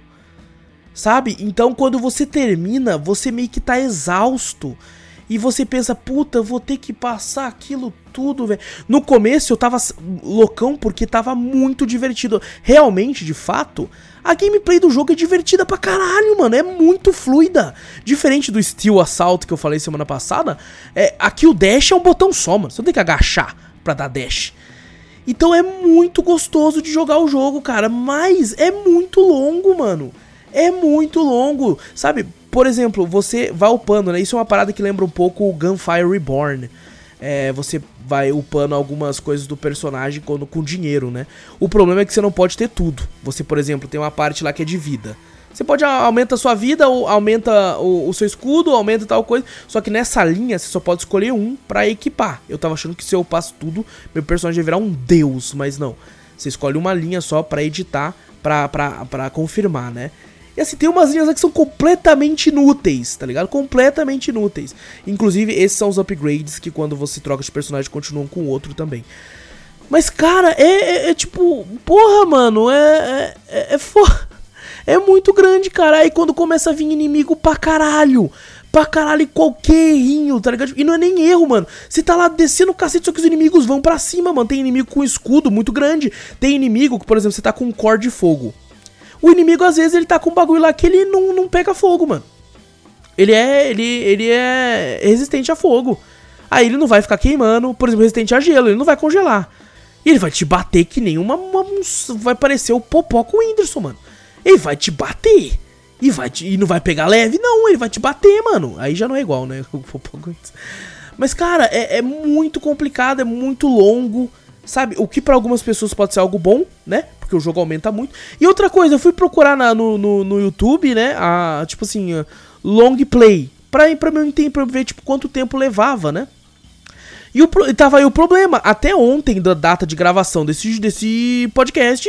S1: Sabe? Então quando você termina, você meio que tá exausto. E você pensa, puta, eu vou ter que passar aquilo tudo, velho. No começo eu tava loucão porque tava muito divertido. Realmente, de fato, a gameplay do jogo é divertida pra caralho, mano. É muito fluida. Diferente do Steel Assault que eu falei semana passada, é, aqui o dash é um botão só, mano. Você não tem que agachar pra dar dash. Então é muito gostoso de jogar o jogo, cara. Mas é muito longo, mano. É muito longo, sabe? Por exemplo, você vai upando, né? Isso é uma parada que lembra um pouco o Gunfire Reborn. É, você vai upando algumas coisas do personagem quando, com dinheiro, né? O problema é que você não pode ter tudo. Você, por exemplo, tem uma parte lá que é de vida. Você pode aumentar a sua vida, ou aumenta o, o seu escudo, aumenta tal coisa. Só que nessa linha você só pode escolher um pra equipar. Eu tava achando que se eu upasse tudo, meu personagem ia virar um deus, mas não. Você escolhe uma linha só pra editar, pra, pra, pra confirmar, né? E assim, tem umas linhas que são completamente inúteis, tá ligado? Completamente inúteis. Inclusive, esses são os upgrades que quando você troca de personagem continuam com o outro também. Mas, cara, é, é, é tipo... Porra, mano, é... É, é, é, for... é muito grande, cara. Aí quando começa a vir inimigo pra caralho... Pra caralho, qualquer errinho, tá ligado? E não é nem erro, mano. Você tá lá descendo o cacete, só que os inimigos vão pra cima, mano. Tem inimigo com escudo muito grande. Tem inimigo que, por exemplo, você tá com um core de fogo. O inimigo, às vezes, ele tá com um bagulho lá que ele não, não pega fogo, mano. Ele é, ele, ele é resistente a fogo. Aí ele não vai ficar queimando, por exemplo, resistente a gelo, ele não vai congelar. E ele vai te bater que nem uma... uma vai parecer o Popó com o Whindersson, mano. Ele vai te bater. E, vai te, e não vai pegar leve? Não, ele vai te bater, mano. Aí já não é igual, né? O Popó com o Whindersson. Mas, cara, é, é muito complicado, é muito longo. Sabe, o que pra algumas pessoas pode ser algo bom, né? Porque o jogo aumenta muito. E outra coisa, eu fui procurar na, no, no, no YouTube, né? A, tipo assim, long play. Pra, pra, meu, pra eu ver, tipo, quanto tempo levava, né? E, o, e tava aí o problema. Até ontem, da data de gravação desse, desse podcast,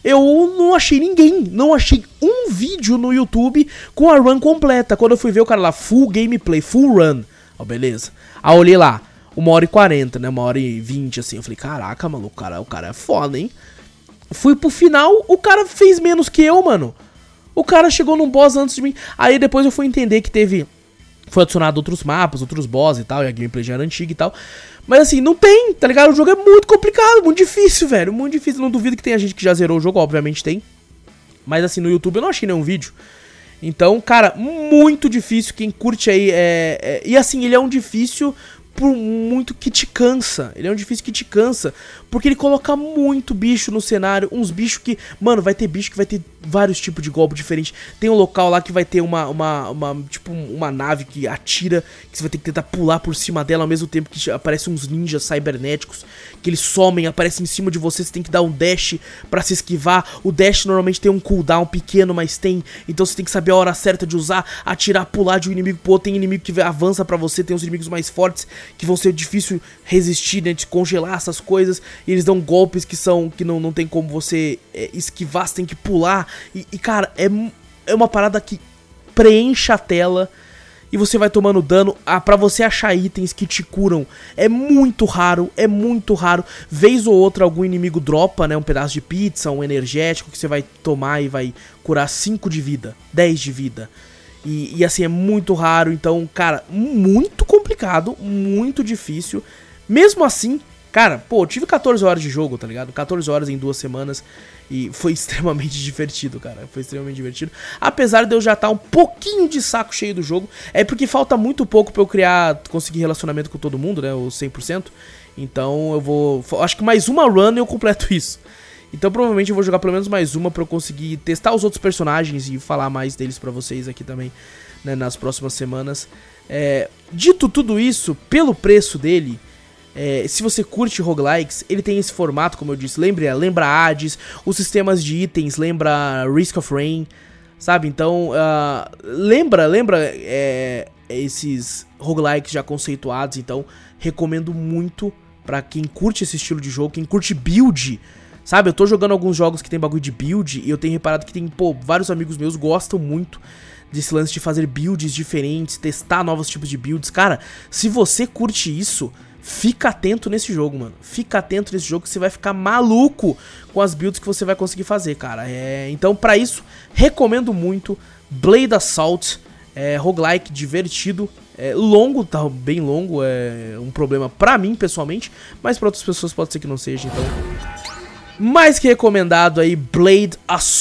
S1: eu não achei ninguém. Não achei um vídeo no YouTube com a run completa. Quando eu fui ver o cara lá, full gameplay, full run. Ó, beleza. Aí eu olhei lá, uma hora e quarenta, né? Uma hora e vinte, assim. Eu falei, caraca, maluco, cara, o cara é foda, hein? Fui pro final, o cara fez menos que eu, mano. O cara chegou num boss antes de mim. Aí depois eu fui entender que teve... Foi adicionado outros mapas, outros boss e tal, e a gameplay já era antiga e tal. Mas assim, não tem, tá ligado? O jogo é muito complicado, muito difícil, velho. Muito difícil, não duvido que tenha gente que já zerou o jogo, obviamente tem. Mas assim, no YouTube eu não achei nenhum vídeo. Então, cara, muito difícil, quem curte aí é... é... E assim, ele é um difícil... por muito que te cansa. Ele é um difícil que te cansa, porque ele coloca muito bicho no cenário, uns bichos que, mano, vai ter bicho que vai ter vários tipos de golpe diferentes. Tem um local lá que vai ter uma, uma, uma tipo, uma nave que atira, que você vai ter que tentar pular por cima dela, ao mesmo tempo que aparecem uns ninjas cibernéticos, que eles somem, aparecem em cima de você, você tem que dar um dash pra se esquivar. O dash normalmente tem um cooldown pequeno, mas tem, então você tem que saber a hora certa de usar, atirar, pular de um inimigo pro outro. Tem inimigo que avança pra você, tem os inimigos mais fortes, que vão ser difícil resistir, né, de congelar essas coisas, e eles dão golpes que são, que não, não tem como você é, esquivar, você tem que pular, e, e cara, é, é uma parada que preenche a tela, e você vai tomando dano. Ah, pra você achar itens que te curam, é muito raro, é muito raro, vez ou outra algum inimigo dropa, né, um pedaço de pizza, um energético que você vai tomar e vai curar cinco de vida, dez de vida. E, e assim, é muito raro, então, cara, muito complicado, muito difícil. Mesmo assim, cara, pô, eu tive quatorze horas de jogo, tá ligado? quatorze horas em duas semanas e foi extremamente divertido, cara, foi extremamente divertido. Apesar de eu já estar um pouquinho de saco cheio do jogo, é porque falta muito pouco pra eu criar, conseguir relacionamento com todo mundo, né, o cem por cento. Então eu vou, acho que mais uma run eu completo isso. Então provavelmente eu vou jogar pelo menos mais uma pra eu conseguir testar os outros personagens e falar mais deles pra vocês aqui também, né, nas próximas semanas. É, dito tudo isso, pelo preço dele, é, se você curte roguelikes, ele tem esse formato, como eu disse, lembra, lembra Hades, os sistemas de itens, lembra Risk of Rain, sabe? Então, uh, lembra, lembra é, esses roguelikes já conceituados, então recomendo muito pra quem curte esse estilo de jogo, quem curte build. Sabe, eu tô jogando alguns jogos que tem bagulho de build e eu tenho reparado que tem, pô, vários amigos meus gostam muito desse lance de fazer builds diferentes, testar novos tipos de builds. Cara, se você curte isso, fica atento nesse jogo, mano. Fica atento nesse jogo que você vai ficar maluco com as builds que você vai conseguir fazer, cara. É, então, pra isso, recomendo muito Blade Assault, é, roguelike divertido. É longo, tá bem longo, é um problema pra mim, pessoalmente, mas pra outras pessoas pode ser que não seja, então... Mais que recomendado aí, Blade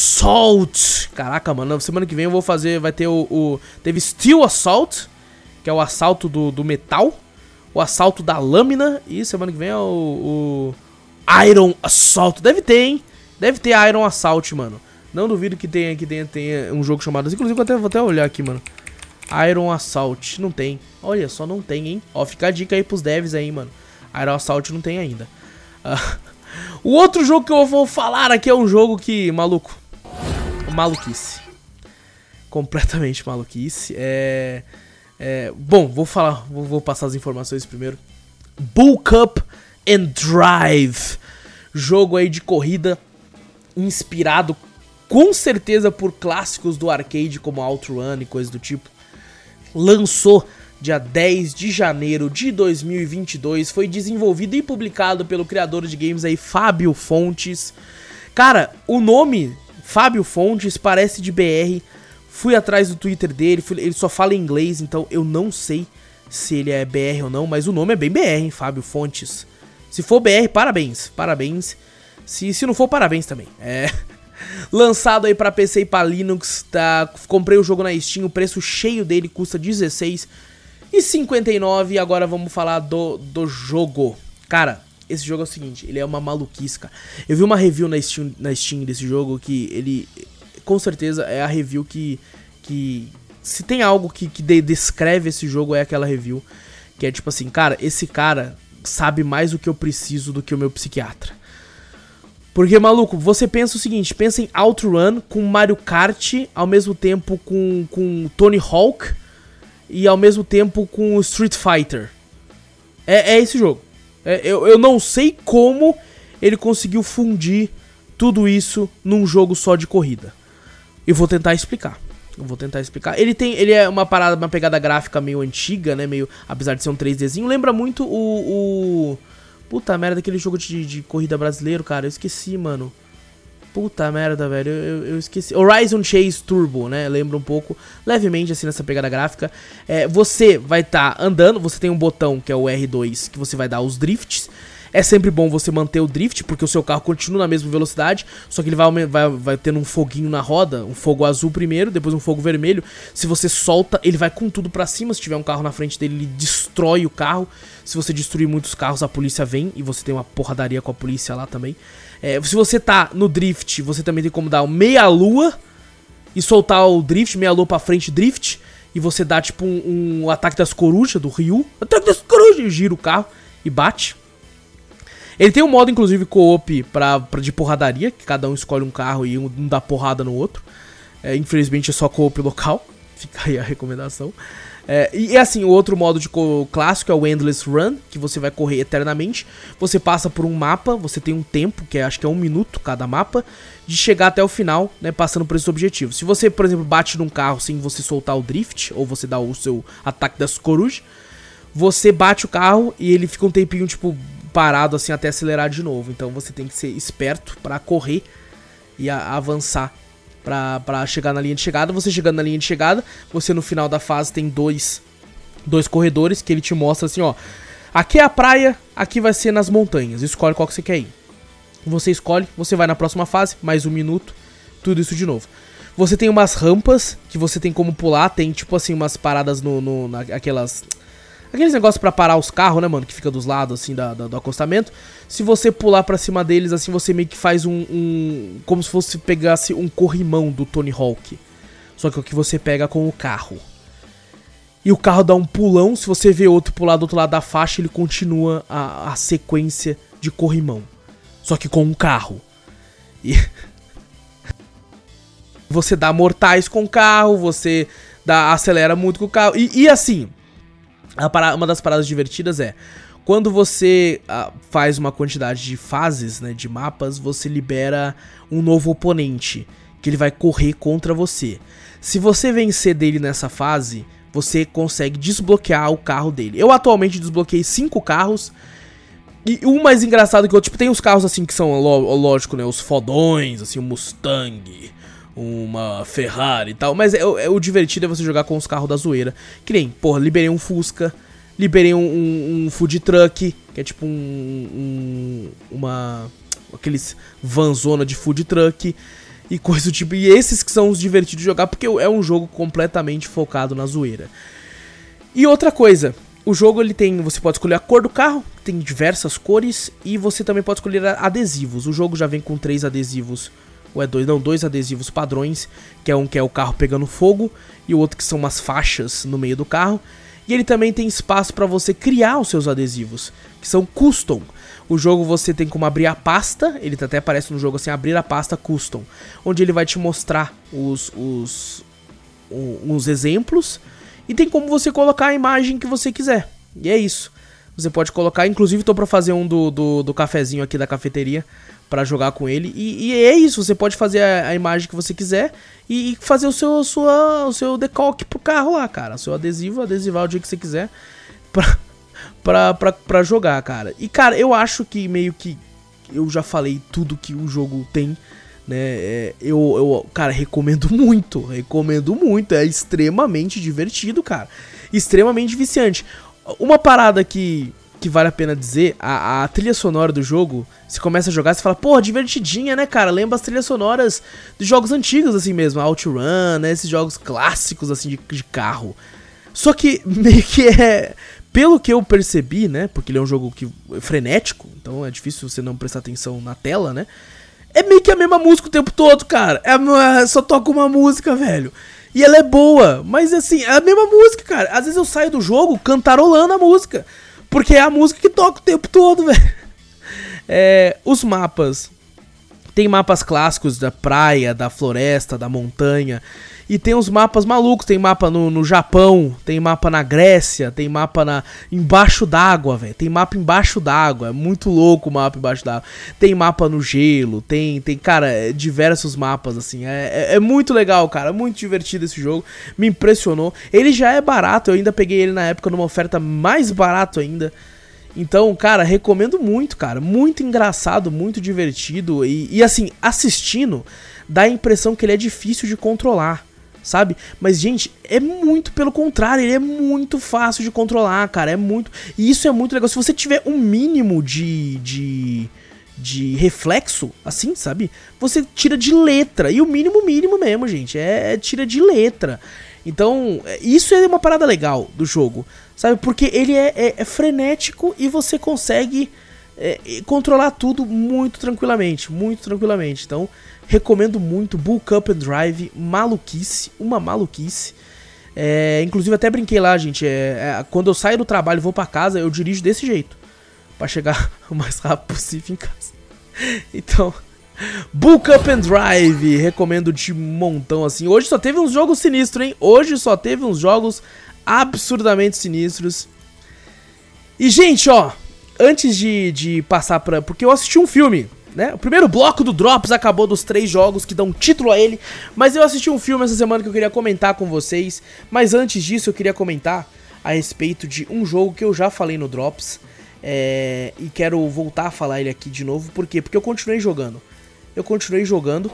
S1: Assault. Caraca, mano, semana que vem eu vou fazer, vai ter o... o teve Steel Assault, que é o assalto do, do metal. O assalto da lâmina. E semana que vem é o, o Iron Assault. Deve ter, hein? Deve ter Iron Assault, mano. Não duvido que tenha, que tenha, tenha um jogo chamado assim. Inclusive, eu até, vou até olhar aqui, mano. Iron Assault. Não tem. Olha só, não tem, hein? Ó, fica a dica aí pros devs aí, mano. Iron Assault não tem ainda. Ah... O outro jogo que eu vou falar aqui é um jogo que, maluco, maluquice, completamente maluquice, é, é bom, vou falar, vou, vou passar as informações primeiro. Bull Cup and Drive, jogo aí de corrida inspirado com certeza por clássicos do arcade como OutRun e coisa do tipo. Lançou dia dez de janeiro de dois mil e vinte e dois, foi desenvolvido e publicado pelo criador de games aí, Fábio Fontes. Cara, o nome Fábio Fontes parece de B R, fui atrás do Twitter dele, fui, ele só fala em inglês, então eu não sei se ele é B R ou não, mas o nome é bem B R, hein, Fábio Fontes. Se for B R, parabéns, parabéns. Se, se não for, parabéns também. É... Lançado aí pra P C e pra Linux, tá? Comprei o jogo na Steam, o preço cheio dele custa dezesseis reais e cinquenta e nove centavos. E agora vamos falar do, do jogo. Cara, esse jogo é o seguinte, ele é uma maluquice, cara. Eu vi uma review na Steam, na Steam desse jogo que ele, com certeza, é a review que... que se tem algo que, que de, descreve esse jogo, é aquela review. Que é tipo assim, cara, esse cara sabe mais o que eu preciso do que o meu psiquiatra. Porque, maluco, você pensa o seguinte, pensa em OutRun com Mario Kart, ao mesmo tempo com, com Tony Hawk e ao mesmo tempo com Street Fighter. É, é esse jogo, É, eu, eu não sei como ele conseguiu fundir tudo isso num jogo só de corrida. E vou tentar explicar. Eu vou tentar explicar. Ele tem, ele é uma parada, uma pegada gráfica meio antiga, né? Meio, apesar de ser um três Dzinho, lembra muito o, o puta merda, aquele jogo de, de corrida brasileiro, cara. Eu esqueci, mano. Puta merda, velho, eu, eu esqueci. Horizon Chase Turbo, né? Lembra um pouco, levemente, assim, nessa pegada gráfica. É, você vai estar tá andando, você tem um botão, que é o R dois, que você vai dar os drifts. É sempre bom você manter o drift, porque o seu carro continua na mesma velocidade, só que ele vai, vai, vai tendo um foguinho na roda, um fogo azul primeiro, depois um fogo vermelho. Se você solta, ele vai com tudo pra cima. Se tiver um carro na frente dele, ele destrói o carro. Se você destruir muitos carros, a polícia vem, e você tem uma porradaria com a polícia lá também. É, se você tá no drift, você também tem como dar um meia-lua e soltar o drift, meia-lua pra frente, drift, e você dá tipo um, um ataque das corujas do Ryu, ataque das corujas, e gira o carro e bate. Ele tem um modo, inclusive, co-op pra, pra, de porradaria, que cada um escolhe um carro e um, um dá porrada no outro. É, infelizmente é só co-op local, fica aí a recomendação. É, e assim, o outro modo de clássico é o Endless Run, que você vai correr eternamente. Você passa por um mapa, você tem um tempo, que é, acho que é um minuto cada mapa, de chegar até o final, né, passando por esses objetivos. Se você, por exemplo, bate num carro sem você soltar o drift, ou você dá o seu ataque das corujas, você bate o carro e ele fica um tempinho, tipo, parado assim até acelerar de novo. Então você tem que ser esperto pra correr e a, avançar pra, pra chegar na linha de chegada. Você chegando na linha de chegada, você no final da fase tem dois, dois corredores que ele te mostra assim, ó. Aqui é a praia, aqui vai ser nas montanhas. Escolhe qual que você quer ir. Você escolhe, você vai na próxima fase, mais um minuto, tudo isso de novo. Você tem umas rampas que você tem como pular, tem tipo assim umas paradas no, no na, aquelas... Aqueles negócios pra parar os carros, né, mano? Que fica dos lados, assim, da, da, do acostamento. Se você pular pra cima deles, assim, você meio que faz um... um como se fosse pegasse um corrimão do Tony Hawk. Só que o que você pega com o carro. E o carro dá um pulão. Se você vê outro pular do outro lado da faixa, ele continua a, a sequência de corrimão. Só que com um carro. E... você dá mortais com o carro, você dá, acelera muito com o carro. E, e assim... Uma das paradas divertidas é, quando você uh, faz uma quantidade de fases, né, de mapas, você libera um novo oponente, que ele vai correr contra você. Se você vencer dele nessa fase, você consegue desbloquear o carro dele. Eu atualmente desbloqueei cinco carros, e o mais engraçado que eu, tipo, tem os carros assim que são, lógico, né, os fodões, assim, o Mustang... uma Ferrari e tal, mas é, é, o divertido é você jogar com os carros da zoeira. Que nem, porra, liberei um Fusca, liberei um, um, um food truck, que é tipo um, um uma, aqueles vanzona de food truck e coisa do tipo. E esses que são os divertidos de jogar, porque é um jogo completamente focado na zoeira. E outra coisa, o jogo ele tem, você pode escolher a cor do carro, tem diversas cores, e você também pode escolher adesivos. O jogo já vem com três adesivos. Ou é dois, não, dois adesivos padrões, que é um que é o carro pegando fogo e o outro que são umas faixas no meio do carro. E ele também tem espaço para você criar os seus adesivos, que são custom. O jogo você tem como abrir a pasta, ele até aparece no jogo assim, abrir a pasta custom, onde ele vai te mostrar os, os, os exemplos e tem como você colocar a imagem que você quiser. E é isso. Você pode colocar, inclusive tô pra fazer um do, do, do cafezinho aqui da cafeteria pra jogar com ele. E, e é isso, você pode fazer a, a imagem que você quiser e, e fazer o seu, sua, o seu decalque pro carro lá, cara. O seu adesivo, adesivar o dia que você quiser pra, pra, pra, pra jogar, cara. E, cara, eu acho que meio que eu já falei tudo que o jogo tem, né? É, eu, eu, cara, recomendo muito, recomendo muito. É extremamente divertido, cara. Extremamente viciante. Uma parada que, que vale a pena dizer, a, a trilha sonora do jogo, você começa a jogar, você fala, porra, divertidinha, né, cara? Lembra as trilhas sonoras de jogos antigos, assim mesmo, OutRun, né, esses jogos clássicos, assim, de, de carro. Só que, meio que é... Pelo que eu percebi, né, porque ele é um jogo que, frenético, então é difícil você não prestar atenção na tela, né, é meio que a mesma música o tempo todo, cara. É, só toca uma música, velho. E ela é boa, mas assim, é a mesma música, cara. Às vezes eu saio do jogo cantarolando a música, porque é a música que toca o tempo todo, velho. É, os mapas Tem mapas clássicos da praia, da floresta, da montanha. E tem uns mapas malucos, tem mapa no, no Japão, tem mapa na Grécia, tem mapa na embaixo d'água, velho. Tem mapa embaixo d'água, é muito louco o mapa embaixo d'água. Tem mapa no gelo, tem, tem cara, é, diversos mapas, assim. É, é, é muito legal, cara, muito divertido esse jogo, me impressionou. Ele já é barato, eu ainda peguei ele na época numa oferta mais barato ainda. Então, cara, recomendo muito, cara. Muito engraçado, muito divertido. E, e assim, assistindo, dá a impressão que ele é difícil de controlar, sabe? Mas, gente, é muito pelo contrário. Ele é muito fácil de controlar, cara. É muito... E isso é muito legal. Se você tiver um mínimo de... de... de reflexo, assim, sabe? Você tira de letra. E o mínimo, mínimo mesmo, gente. É, é tira de letra. Então, isso é uma parada legal do jogo, sabe? Porque ele é, é, é frenético e você consegue é, controlar tudo muito tranquilamente, muito tranquilamente. Então, recomendo muito Bulk Up and Drive, maluquice, uma maluquice. É, inclusive, até brinquei lá, gente, é, é, quando eu saio do trabalho e vou pra casa, eu dirijo desse jeito, pra chegar o mais rápido possível em casa. Então... Bulk Up and Drive, recomendo de montão assim. Hoje só teve uns jogos sinistros, hein? Hoje só teve uns jogos absurdamente sinistros. E, gente, ó, antes de, de passar pra... Porque eu assisti um filme, né? O primeiro bloco do Drops acabou dos três jogos que dão título a ele. Mas eu assisti um filme essa semana que eu queria comentar com vocês. Mas antes disso eu queria comentar a respeito de um jogo que eu já falei no Drops. É... E quero voltar a falar ele aqui de novo. Por quê? Porque eu continuei jogando. Eu continuei jogando.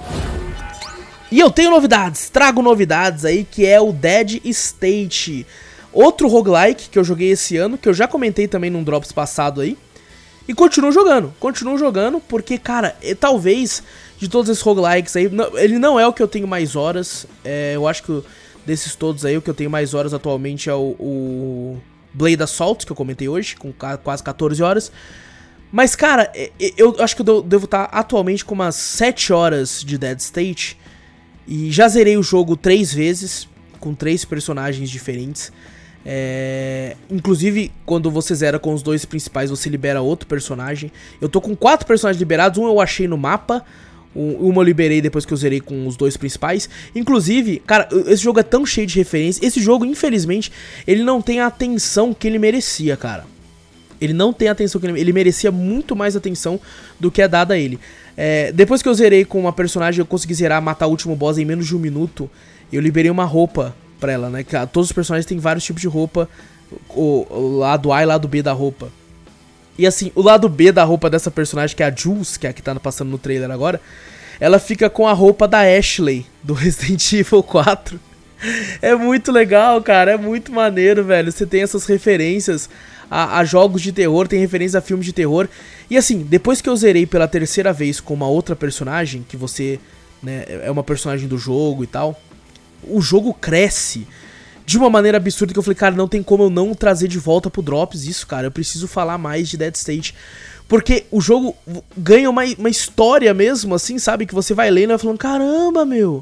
S1: E eu tenho novidades, trago novidades aí, que é o Dead State. Outro roguelike que eu joguei esse ano, que eu já comentei também num Drops passado aí. E continuo jogando, continuo jogando, porque, cara, é, talvez de todos esses roguelikes aí, não, ele não é o que eu tenho mais horas. É, eu acho que desses todos aí, o que eu tenho mais horas atualmente é o, o Blade Assault, que eu comentei hoje, com quase quatorze horas. Mas, cara, eu acho que eu devo estar atualmente com umas sete horas de Dead State. E já zerei o jogo três vezes, com três personagens diferentes. É... Inclusive, quando você zera com os dois principais, você libera outro personagem. Eu tô com quatro personagens liberados, um eu achei no mapa, uma eu liberei depois que eu zerei com os dois principais. Inclusive, cara, esse jogo é tão cheio de referências. Esse jogo, infelizmente, ele não tem a atenção que ele merecia, cara. Ele não tem a atenção que ele... Ele merecia muito mais atenção do que é dada a ele. É, depois que eu zerei com uma personagem, eu consegui zerar, matar o último boss em menos de um minuto. Eu liberei uma roupa pra ela, né? Que todos os personagens têm vários tipos de roupa. O, o lado A e o lado B da roupa. E assim, o lado B da roupa dessa personagem, que é a Jules, que é a que tá passando no trailer agora, ela fica com a roupa da Ashley, do Resident Evil quatro. É muito legal, cara. É muito maneiro, velho. Você tem essas referências a, a jogos de terror, tem referência a filmes de terror. E assim, depois que eu zerei pela terceira vez com uma outra personagem, que você, né, é uma personagem do jogo e tal, o jogo cresce de uma maneira absurda que eu falei, cara, não tem como eu não trazer de volta pro Drops isso, cara. Eu preciso falar mais de Dead State. Porque o jogo ganha uma, uma história mesmo, assim, sabe? Que você vai lendo e vai falando, caramba, meu...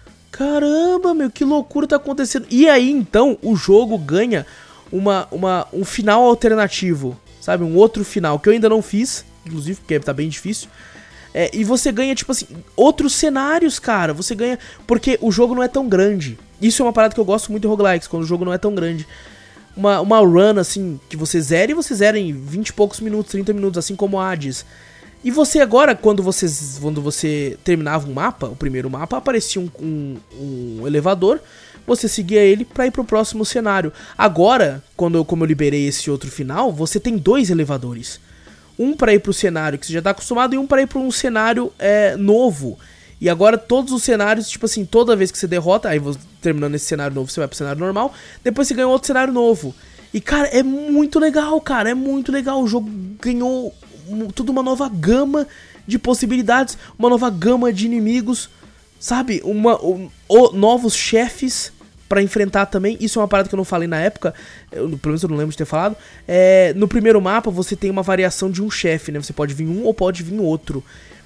S1: Caramba, meu, que loucura tá acontecendo. E aí, então, o jogo ganha uma, uma, um final alternativo, sabe? Um outro final, que eu ainda não fiz, inclusive, porque tá bem difícil. É, e você ganha, tipo assim, outros cenários, cara. Você ganha... Porque o jogo não é tão grande. Isso é uma parada que eu gosto muito de roguelikes, quando o jogo não é tão grande. Uma, uma run, assim, que você zera e você zera em vinte e poucos minutos, trinta minutos, assim como Hades. E você agora, quando você, quando você terminava um mapa, o primeiro mapa, aparecia um, um, um elevador, você seguia ele pra ir pro próximo cenário. Agora, quando eu, como eu liberei esse outro final, você tem dois elevadores. Um pra ir pro cenário que você já tá acostumado e um pra ir pra um cenário é, novo. E agora todos os cenários, tipo assim, toda vez que você derrota, aí terminando esse cenário novo, você vai pro cenário normal, depois você ganha outro cenário novo. E cara, é muito legal, cara, é muito legal. O jogo ganhou... toda uma nova gama de possibilidades, uma nova gama de inimigos, sabe? Uma, um, o, novos chefes pra enfrentar também. Isso é uma parada que eu não falei na época, eu, pelo menos eu não lembro de ter falado. É, no primeiro mapa você tem uma variação de um chefe, né? Você pode vir um ou pode vir outro.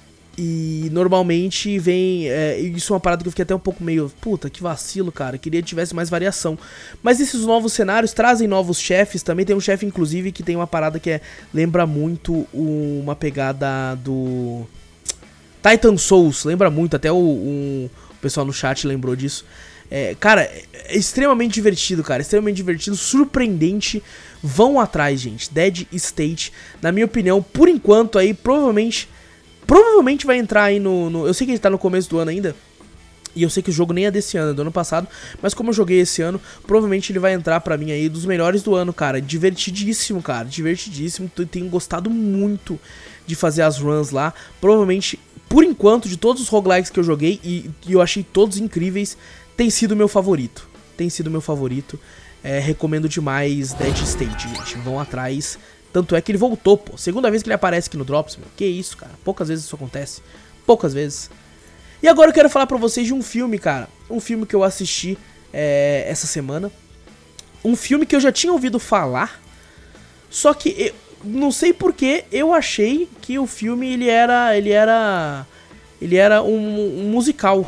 S1: E normalmente vem... É, isso é uma parada que eu fiquei até um pouco meio... Puta, que vacilo, cara. Queria que tivesse mais variação. Mas esses novos cenários trazem novos chefes. Também tem um chefe, inclusive, que tem uma parada que é... Lembra muito uma pegada do... Titan Souls, lembra muito, até o, o, o pessoal no chat lembrou disso. É, cara, é extremamente divertido, cara, extremamente divertido, surpreendente. Vão atrás, gente. Dead State, na minha opinião, por enquanto aí, provavelmente, provavelmente vai entrar aí no, no... Eu sei que ele tá no começo do ano ainda, e eu sei que o jogo nem é desse ano, é do ano passado, mas como eu joguei esse ano, provavelmente ele vai entrar pra mim aí dos melhores do ano, cara. Divertidíssimo, cara, divertidíssimo. Tenho gostado muito de fazer as runs lá. Provavelmente, por enquanto, de todos os roguelikes que eu joguei, e, e eu achei todos incríveis, tem sido meu favorito. Tem sido meu favorito. É, recomendo demais Dead State, gente. Vão atrás. Tanto é que ele voltou, pô. Segunda vez que ele aparece aqui no Drops, meu. Que isso, cara. Poucas vezes isso acontece. Poucas vezes. E agora eu quero falar pra vocês de um filme, cara. Um filme que eu assisti é, essa semana. Um filme que eu já tinha ouvido falar. Só que, eu, não sei porquê, eu achei que o filme, ele era... Ele era... Ele era um, um musical.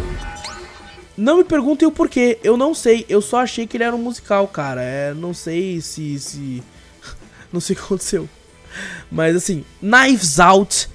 S1: Não me perguntem o porquê, eu não sei. Eu só achei que ele era um musical, cara. É, não sei se... se... não sei o que aconteceu. Mas assim, Knives Out,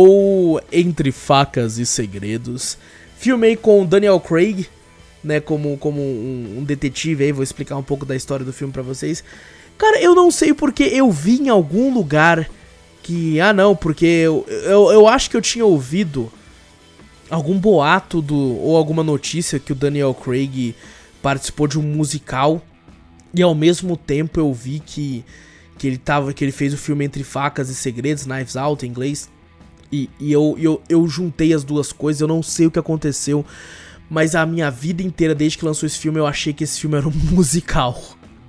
S1: ou Entre Facas e Segredos. Filmei com o Daniel Craig, né, como, como um, um detetive aí. Vou explicar um pouco da história do filme pra vocês. Cara, eu não sei porque eu vi em algum lugar que... Ah não, porque eu, eu, eu acho que eu tinha ouvido algum boato do, ou alguma notícia que o Daniel Craig participou de um musical. E ao mesmo tempo eu vi que, que, ele, tava, que ele fez o filme Entre Facas e Segredos, Knives Out em inglês. E, e eu, eu, eu juntei as duas coisas, eu não sei o que aconteceu, mas a minha vida inteira, desde que lançou esse filme, eu achei que esse filme era um musical.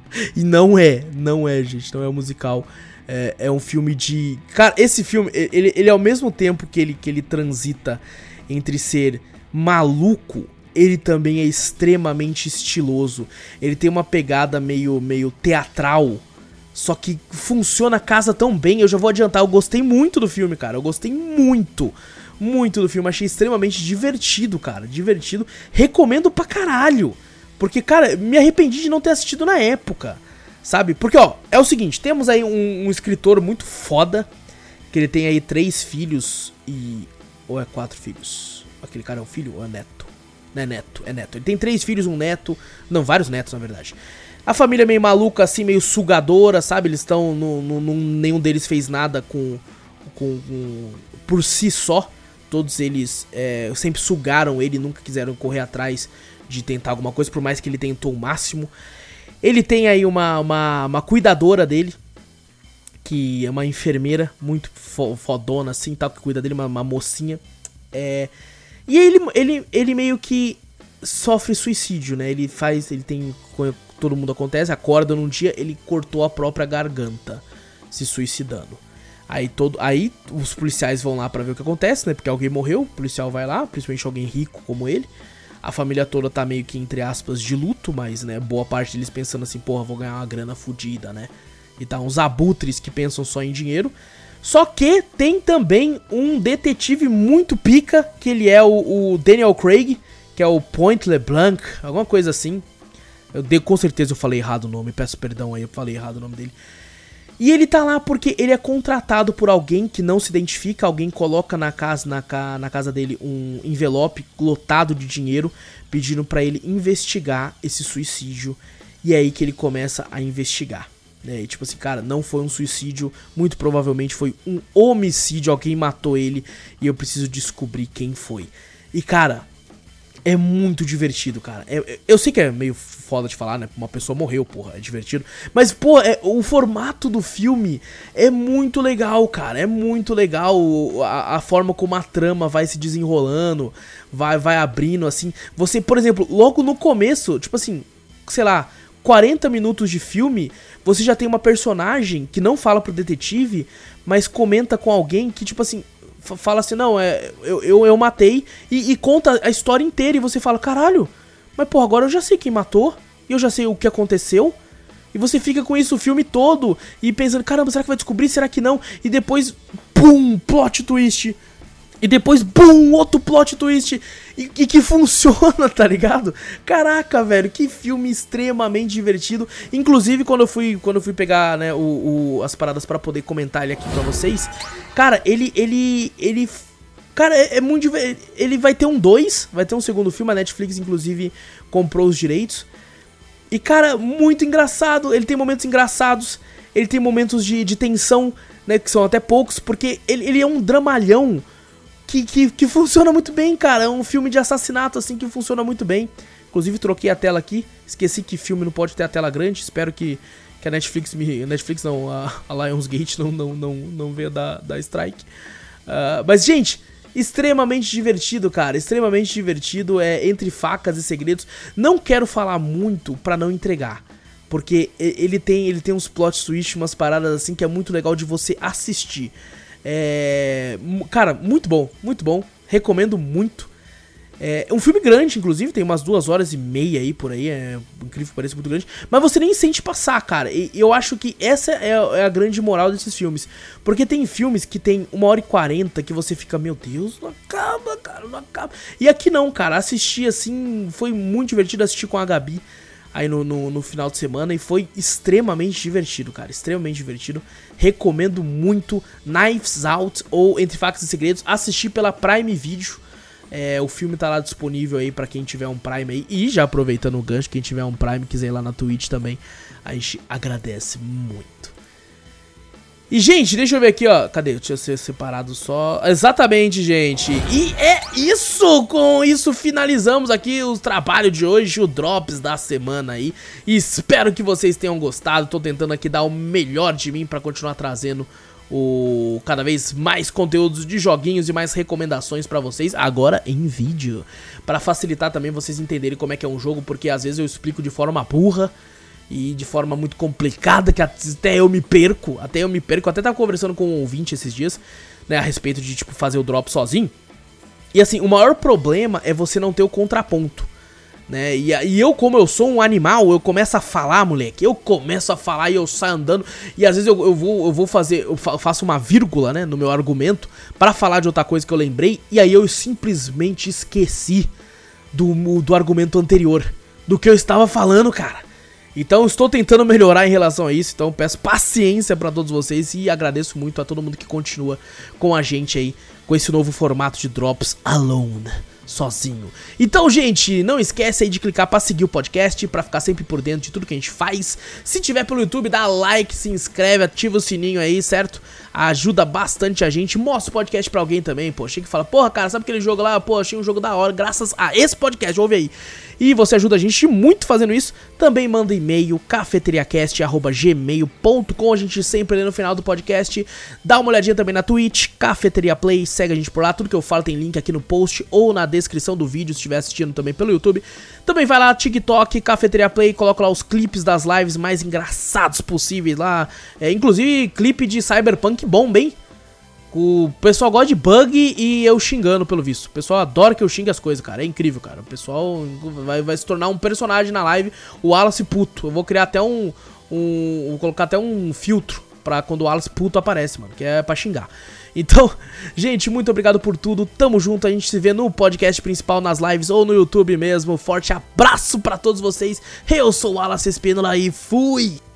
S1: E não é, não é, gente, não é um musical. É, é um filme de... Cara, esse filme, ele, ele ao mesmo tempo que ele, que ele transita entre ser maluco, ele também é extremamente estiloso. Ele tem uma pegada meio, meio teatral, só que funciona a casa tão bem. Eu já vou adiantar, eu gostei muito do filme, cara. Eu gostei muito, muito do filme. Achei extremamente divertido, cara, divertido. Recomendo pra caralho. Porque, cara, me arrependi de não ter assistido na época, sabe? Porque, ó, é o seguinte, temos aí um, um escritor muito foda, que ele tem aí três filhos e... Ou é quatro filhos? Aquele cara é um filho ou é neto? Não é neto, é neto. Ele tem três filhos, um neto... Não, vários netos, na verdade. A família é meio maluca, assim, meio sugadora, sabe? Eles estão... No, no, no, nenhum deles fez nada com, com, com... Por si só. Todos eles é, sempre sugaram ele, nunca quiseram correr atrás de tentar alguma coisa, por mais que ele tentou o máximo. Ele tem aí uma, uma, uma cuidadora dele, que é uma enfermeira muito fo fodona assim, tal, que cuida dele, uma, uma mocinha. É, e ele, ele, ele meio que sofre suicídio, né? Ele faz, ele tem, todo mundo acontece, acorda num dia, ele cortou a própria garganta, se suicidando. Aí, todo, aí os policiais vão lá pra ver o que acontece, né? Porque alguém morreu, o policial vai lá, principalmente alguém rico como ele. A família toda tá meio que, entre aspas, de luto, mas, né, boa parte deles pensando assim, porra, vou ganhar uma grana fodida, né? E tá uns abutres que pensam só em dinheiro. Só que tem também um detetive muito pica, que ele é o, o Daniel Craig, que é o Point LeBlanc, alguma coisa assim. Eu dei, com certeza eu falei errado o nome, peço perdão aí, eu falei errado o nome dele. E ele tá lá porque ele é contratado por alguém que não se identifica. Alguém coloca na casa, na, na casa dele um envelope lotado de dinheiro, pedindo pra ele investigar esse suicídio. E é aí que ele começa a investigar, né? E tipo assim, cara, não foi um suicídio, muito provavelmente foi um homicídio. Alguém matou ele e eu preciso descobrir quem foi. E cara, é muito divertido, cara. É, eu sei que é meio foda de falar, né? Uma pessoa morreu, porra, é divertido. Mas, pô, é, o formato do filme é muito legal, cara. É muito legal a, a forma como a trama vai se desenrolando, vai, vai abrindo, assim. Você, por exemplo, logo no começo, tipo assim, sei lá, quarenta minutos de filme, você já tem uma personagem que não fala pro detetive, mas comenta com alguém que, tipo assim, fala assim, não, é, eu, eu, eu matei, e, e conta a história inteira, e você fala, caralho, mas pô, agora eu já sei quem matou, e eu já sei o que aconteceu, e você fica com isso o filme todo, e pensando, caramba, será que vai descobrir, será que não, e depois, pum, plot twist, e depois, bum, outro plot twist, e, e que funciona, tá ligado? Caraca, velho, que filme extremamente divertido. Inclusive, quando eu fui, quando eu fui pegar, né, o, o, as paradas pra poder comentar ele aqui pra vocês, cara, ele, ele, ele Cara, é, é muito... Ele vai ter um dois, vai ter um segundo filme, a Netflix, inclusive, comprou os direitos. E, cara, muito engraçado, ele tem momentos engraçados, ele tem momentos de, de tensão, né, que são até poucos, porque ele, ele é um dramalhão que, que, que funciona muito bem, cara. É um filme de assassinato, assim, que funciona muito bem. Inclusive, troquei a tela aqui, esqueci que filme não pode ter a tela grande, espero que, que a Netflix me... Netflix não, a, a Lionsgate não, não, não, não venha dar, dar strike. Uh, mas, gente... Extremamente divertido, cara, extremamente divertido, é Entre Facas e Segredos. Não quero falar muito pra não entregar, porque ele tem, ele tem uns plot twist, umas paradas assim que é muito legal de você assistir. É... Cara, muito bom, muito bom, recomendo muito. É um filme grande, inclusive, tem umas duas horas e meia aí por aí, é incrível que pareça muito grande, mas você nem sente passar, cara. E eu acho que essa é a, é a grande moral desses filmes, porque tem filmes que tem uma hora e quarenta que você fica, meu Deus, não acaba, cara, não acaba. E aqui não, cara, assisti assim, foi muito divertido assistir com a Gabi aí no, no, no final de semana e foi extremamente divertido, cara, extremamente divertido. Recomendo muito Knives Out ou Entre Facas e Segredos, assistir pela Prime Video. É, o filme tá lá disponível aí pra quem tiver um Prime aí. E já aproveitando o gancho, quem tiver um Prime, quiser ir lá na Twitch também, a gente agradece muito. E, gente, deixa eu ver aqui, ó. Cadê? Deixa eu ser separado só. Exatamente, gente. E é isso! Com isso finalizamos aqui o trabalho de hoje, o Drops da semana aí. E espero que vocês tenham gostado. Tô tentando aqui dar o melhor de mim pra continuar trazendo o cada vez mais conteúdos de joguinhos e mais recomendações pra vocês, agora em vídeo, pra facilitar também vocês entenderem como é que é um jogo, porque às vezes eu explico de forma burra e de forma muito complicada, que até eu me perco, até eu me perco, eu até tava conversando com um ouvinte esses dias, né, a respeito de, tipo, fazer o drop sozinho, e assim, o maior problema é você não ter o contraponto. Né? E, e eu, como eu sou um animal, eu começo a falar, moleque. Eu começo a falar e eu saio andando. E às vezes eu, eu, vou, eu vou fazer, eu faço uma vírgula, né, no meu argumento pra falar de outra coisa que eu lembrei. E aí eu simplesmente esqueci do, do argumento anterior, do que eu estava falando, cara. Então eu estou tentando melhorar em relação a isso. Então peço paciência pra todos vocês. E agradeço muito a todo mundo que continua com a gente aí, com esse novo formato de Drops Alone, sozinho. Então, gente, não esquece aí de clicar pra seguir o podcast, pra ficar sempre por dentro de tudo que a gente faz. Se tiver pelo YouTube, dá like, se inscreve, ativa o sininho aí, certo? Ajuda bastante a gente. Mostra o podcast pra alguém também, pô. Chega e fala, porra, cara, sabe aquele jogo lá? Pô, achei um jogo da hora, graças a esse podcast, ouve aí. E você ajuda a gente muito fazendo isso. Também manda e-mail, cafeteriacast arroba gmail ponto com. A gente sempre lê no final do podcast. Dá uma olhadinha também na Twitch, Cafeteria Play, segue a gente por lá. Tudo que eu falo tem link aqui no post ou na descrição do vídeo, se estiver assistindo também pelo YouTube. Também vai lá, TikTok, Cafeteria Play, coloca lá os clipes das lives mais engraçados possíveis lá. É, inclusive, clipe de Cyberpunk bom, bem. O pessoal gosta de bug e eu xingando, pelo visto. O pessoal adora que eu xingue as coisas, cara. É incrível, cara. O pessoal vai, vai se tornar um personagem na live, o Wallace puto. Eu vou criar até um... um vou colocar até um filtro pra quando o Wallace puto aparece, mano. Que é pra xingar. Então, gente, muito obrigado por tudo. Tamo junto, a gente se vê no podcast principal, nas lives ou no YouTube mesmo. Forte abraço pra todos vocês. Eu sou o Wallace Espínola e fui!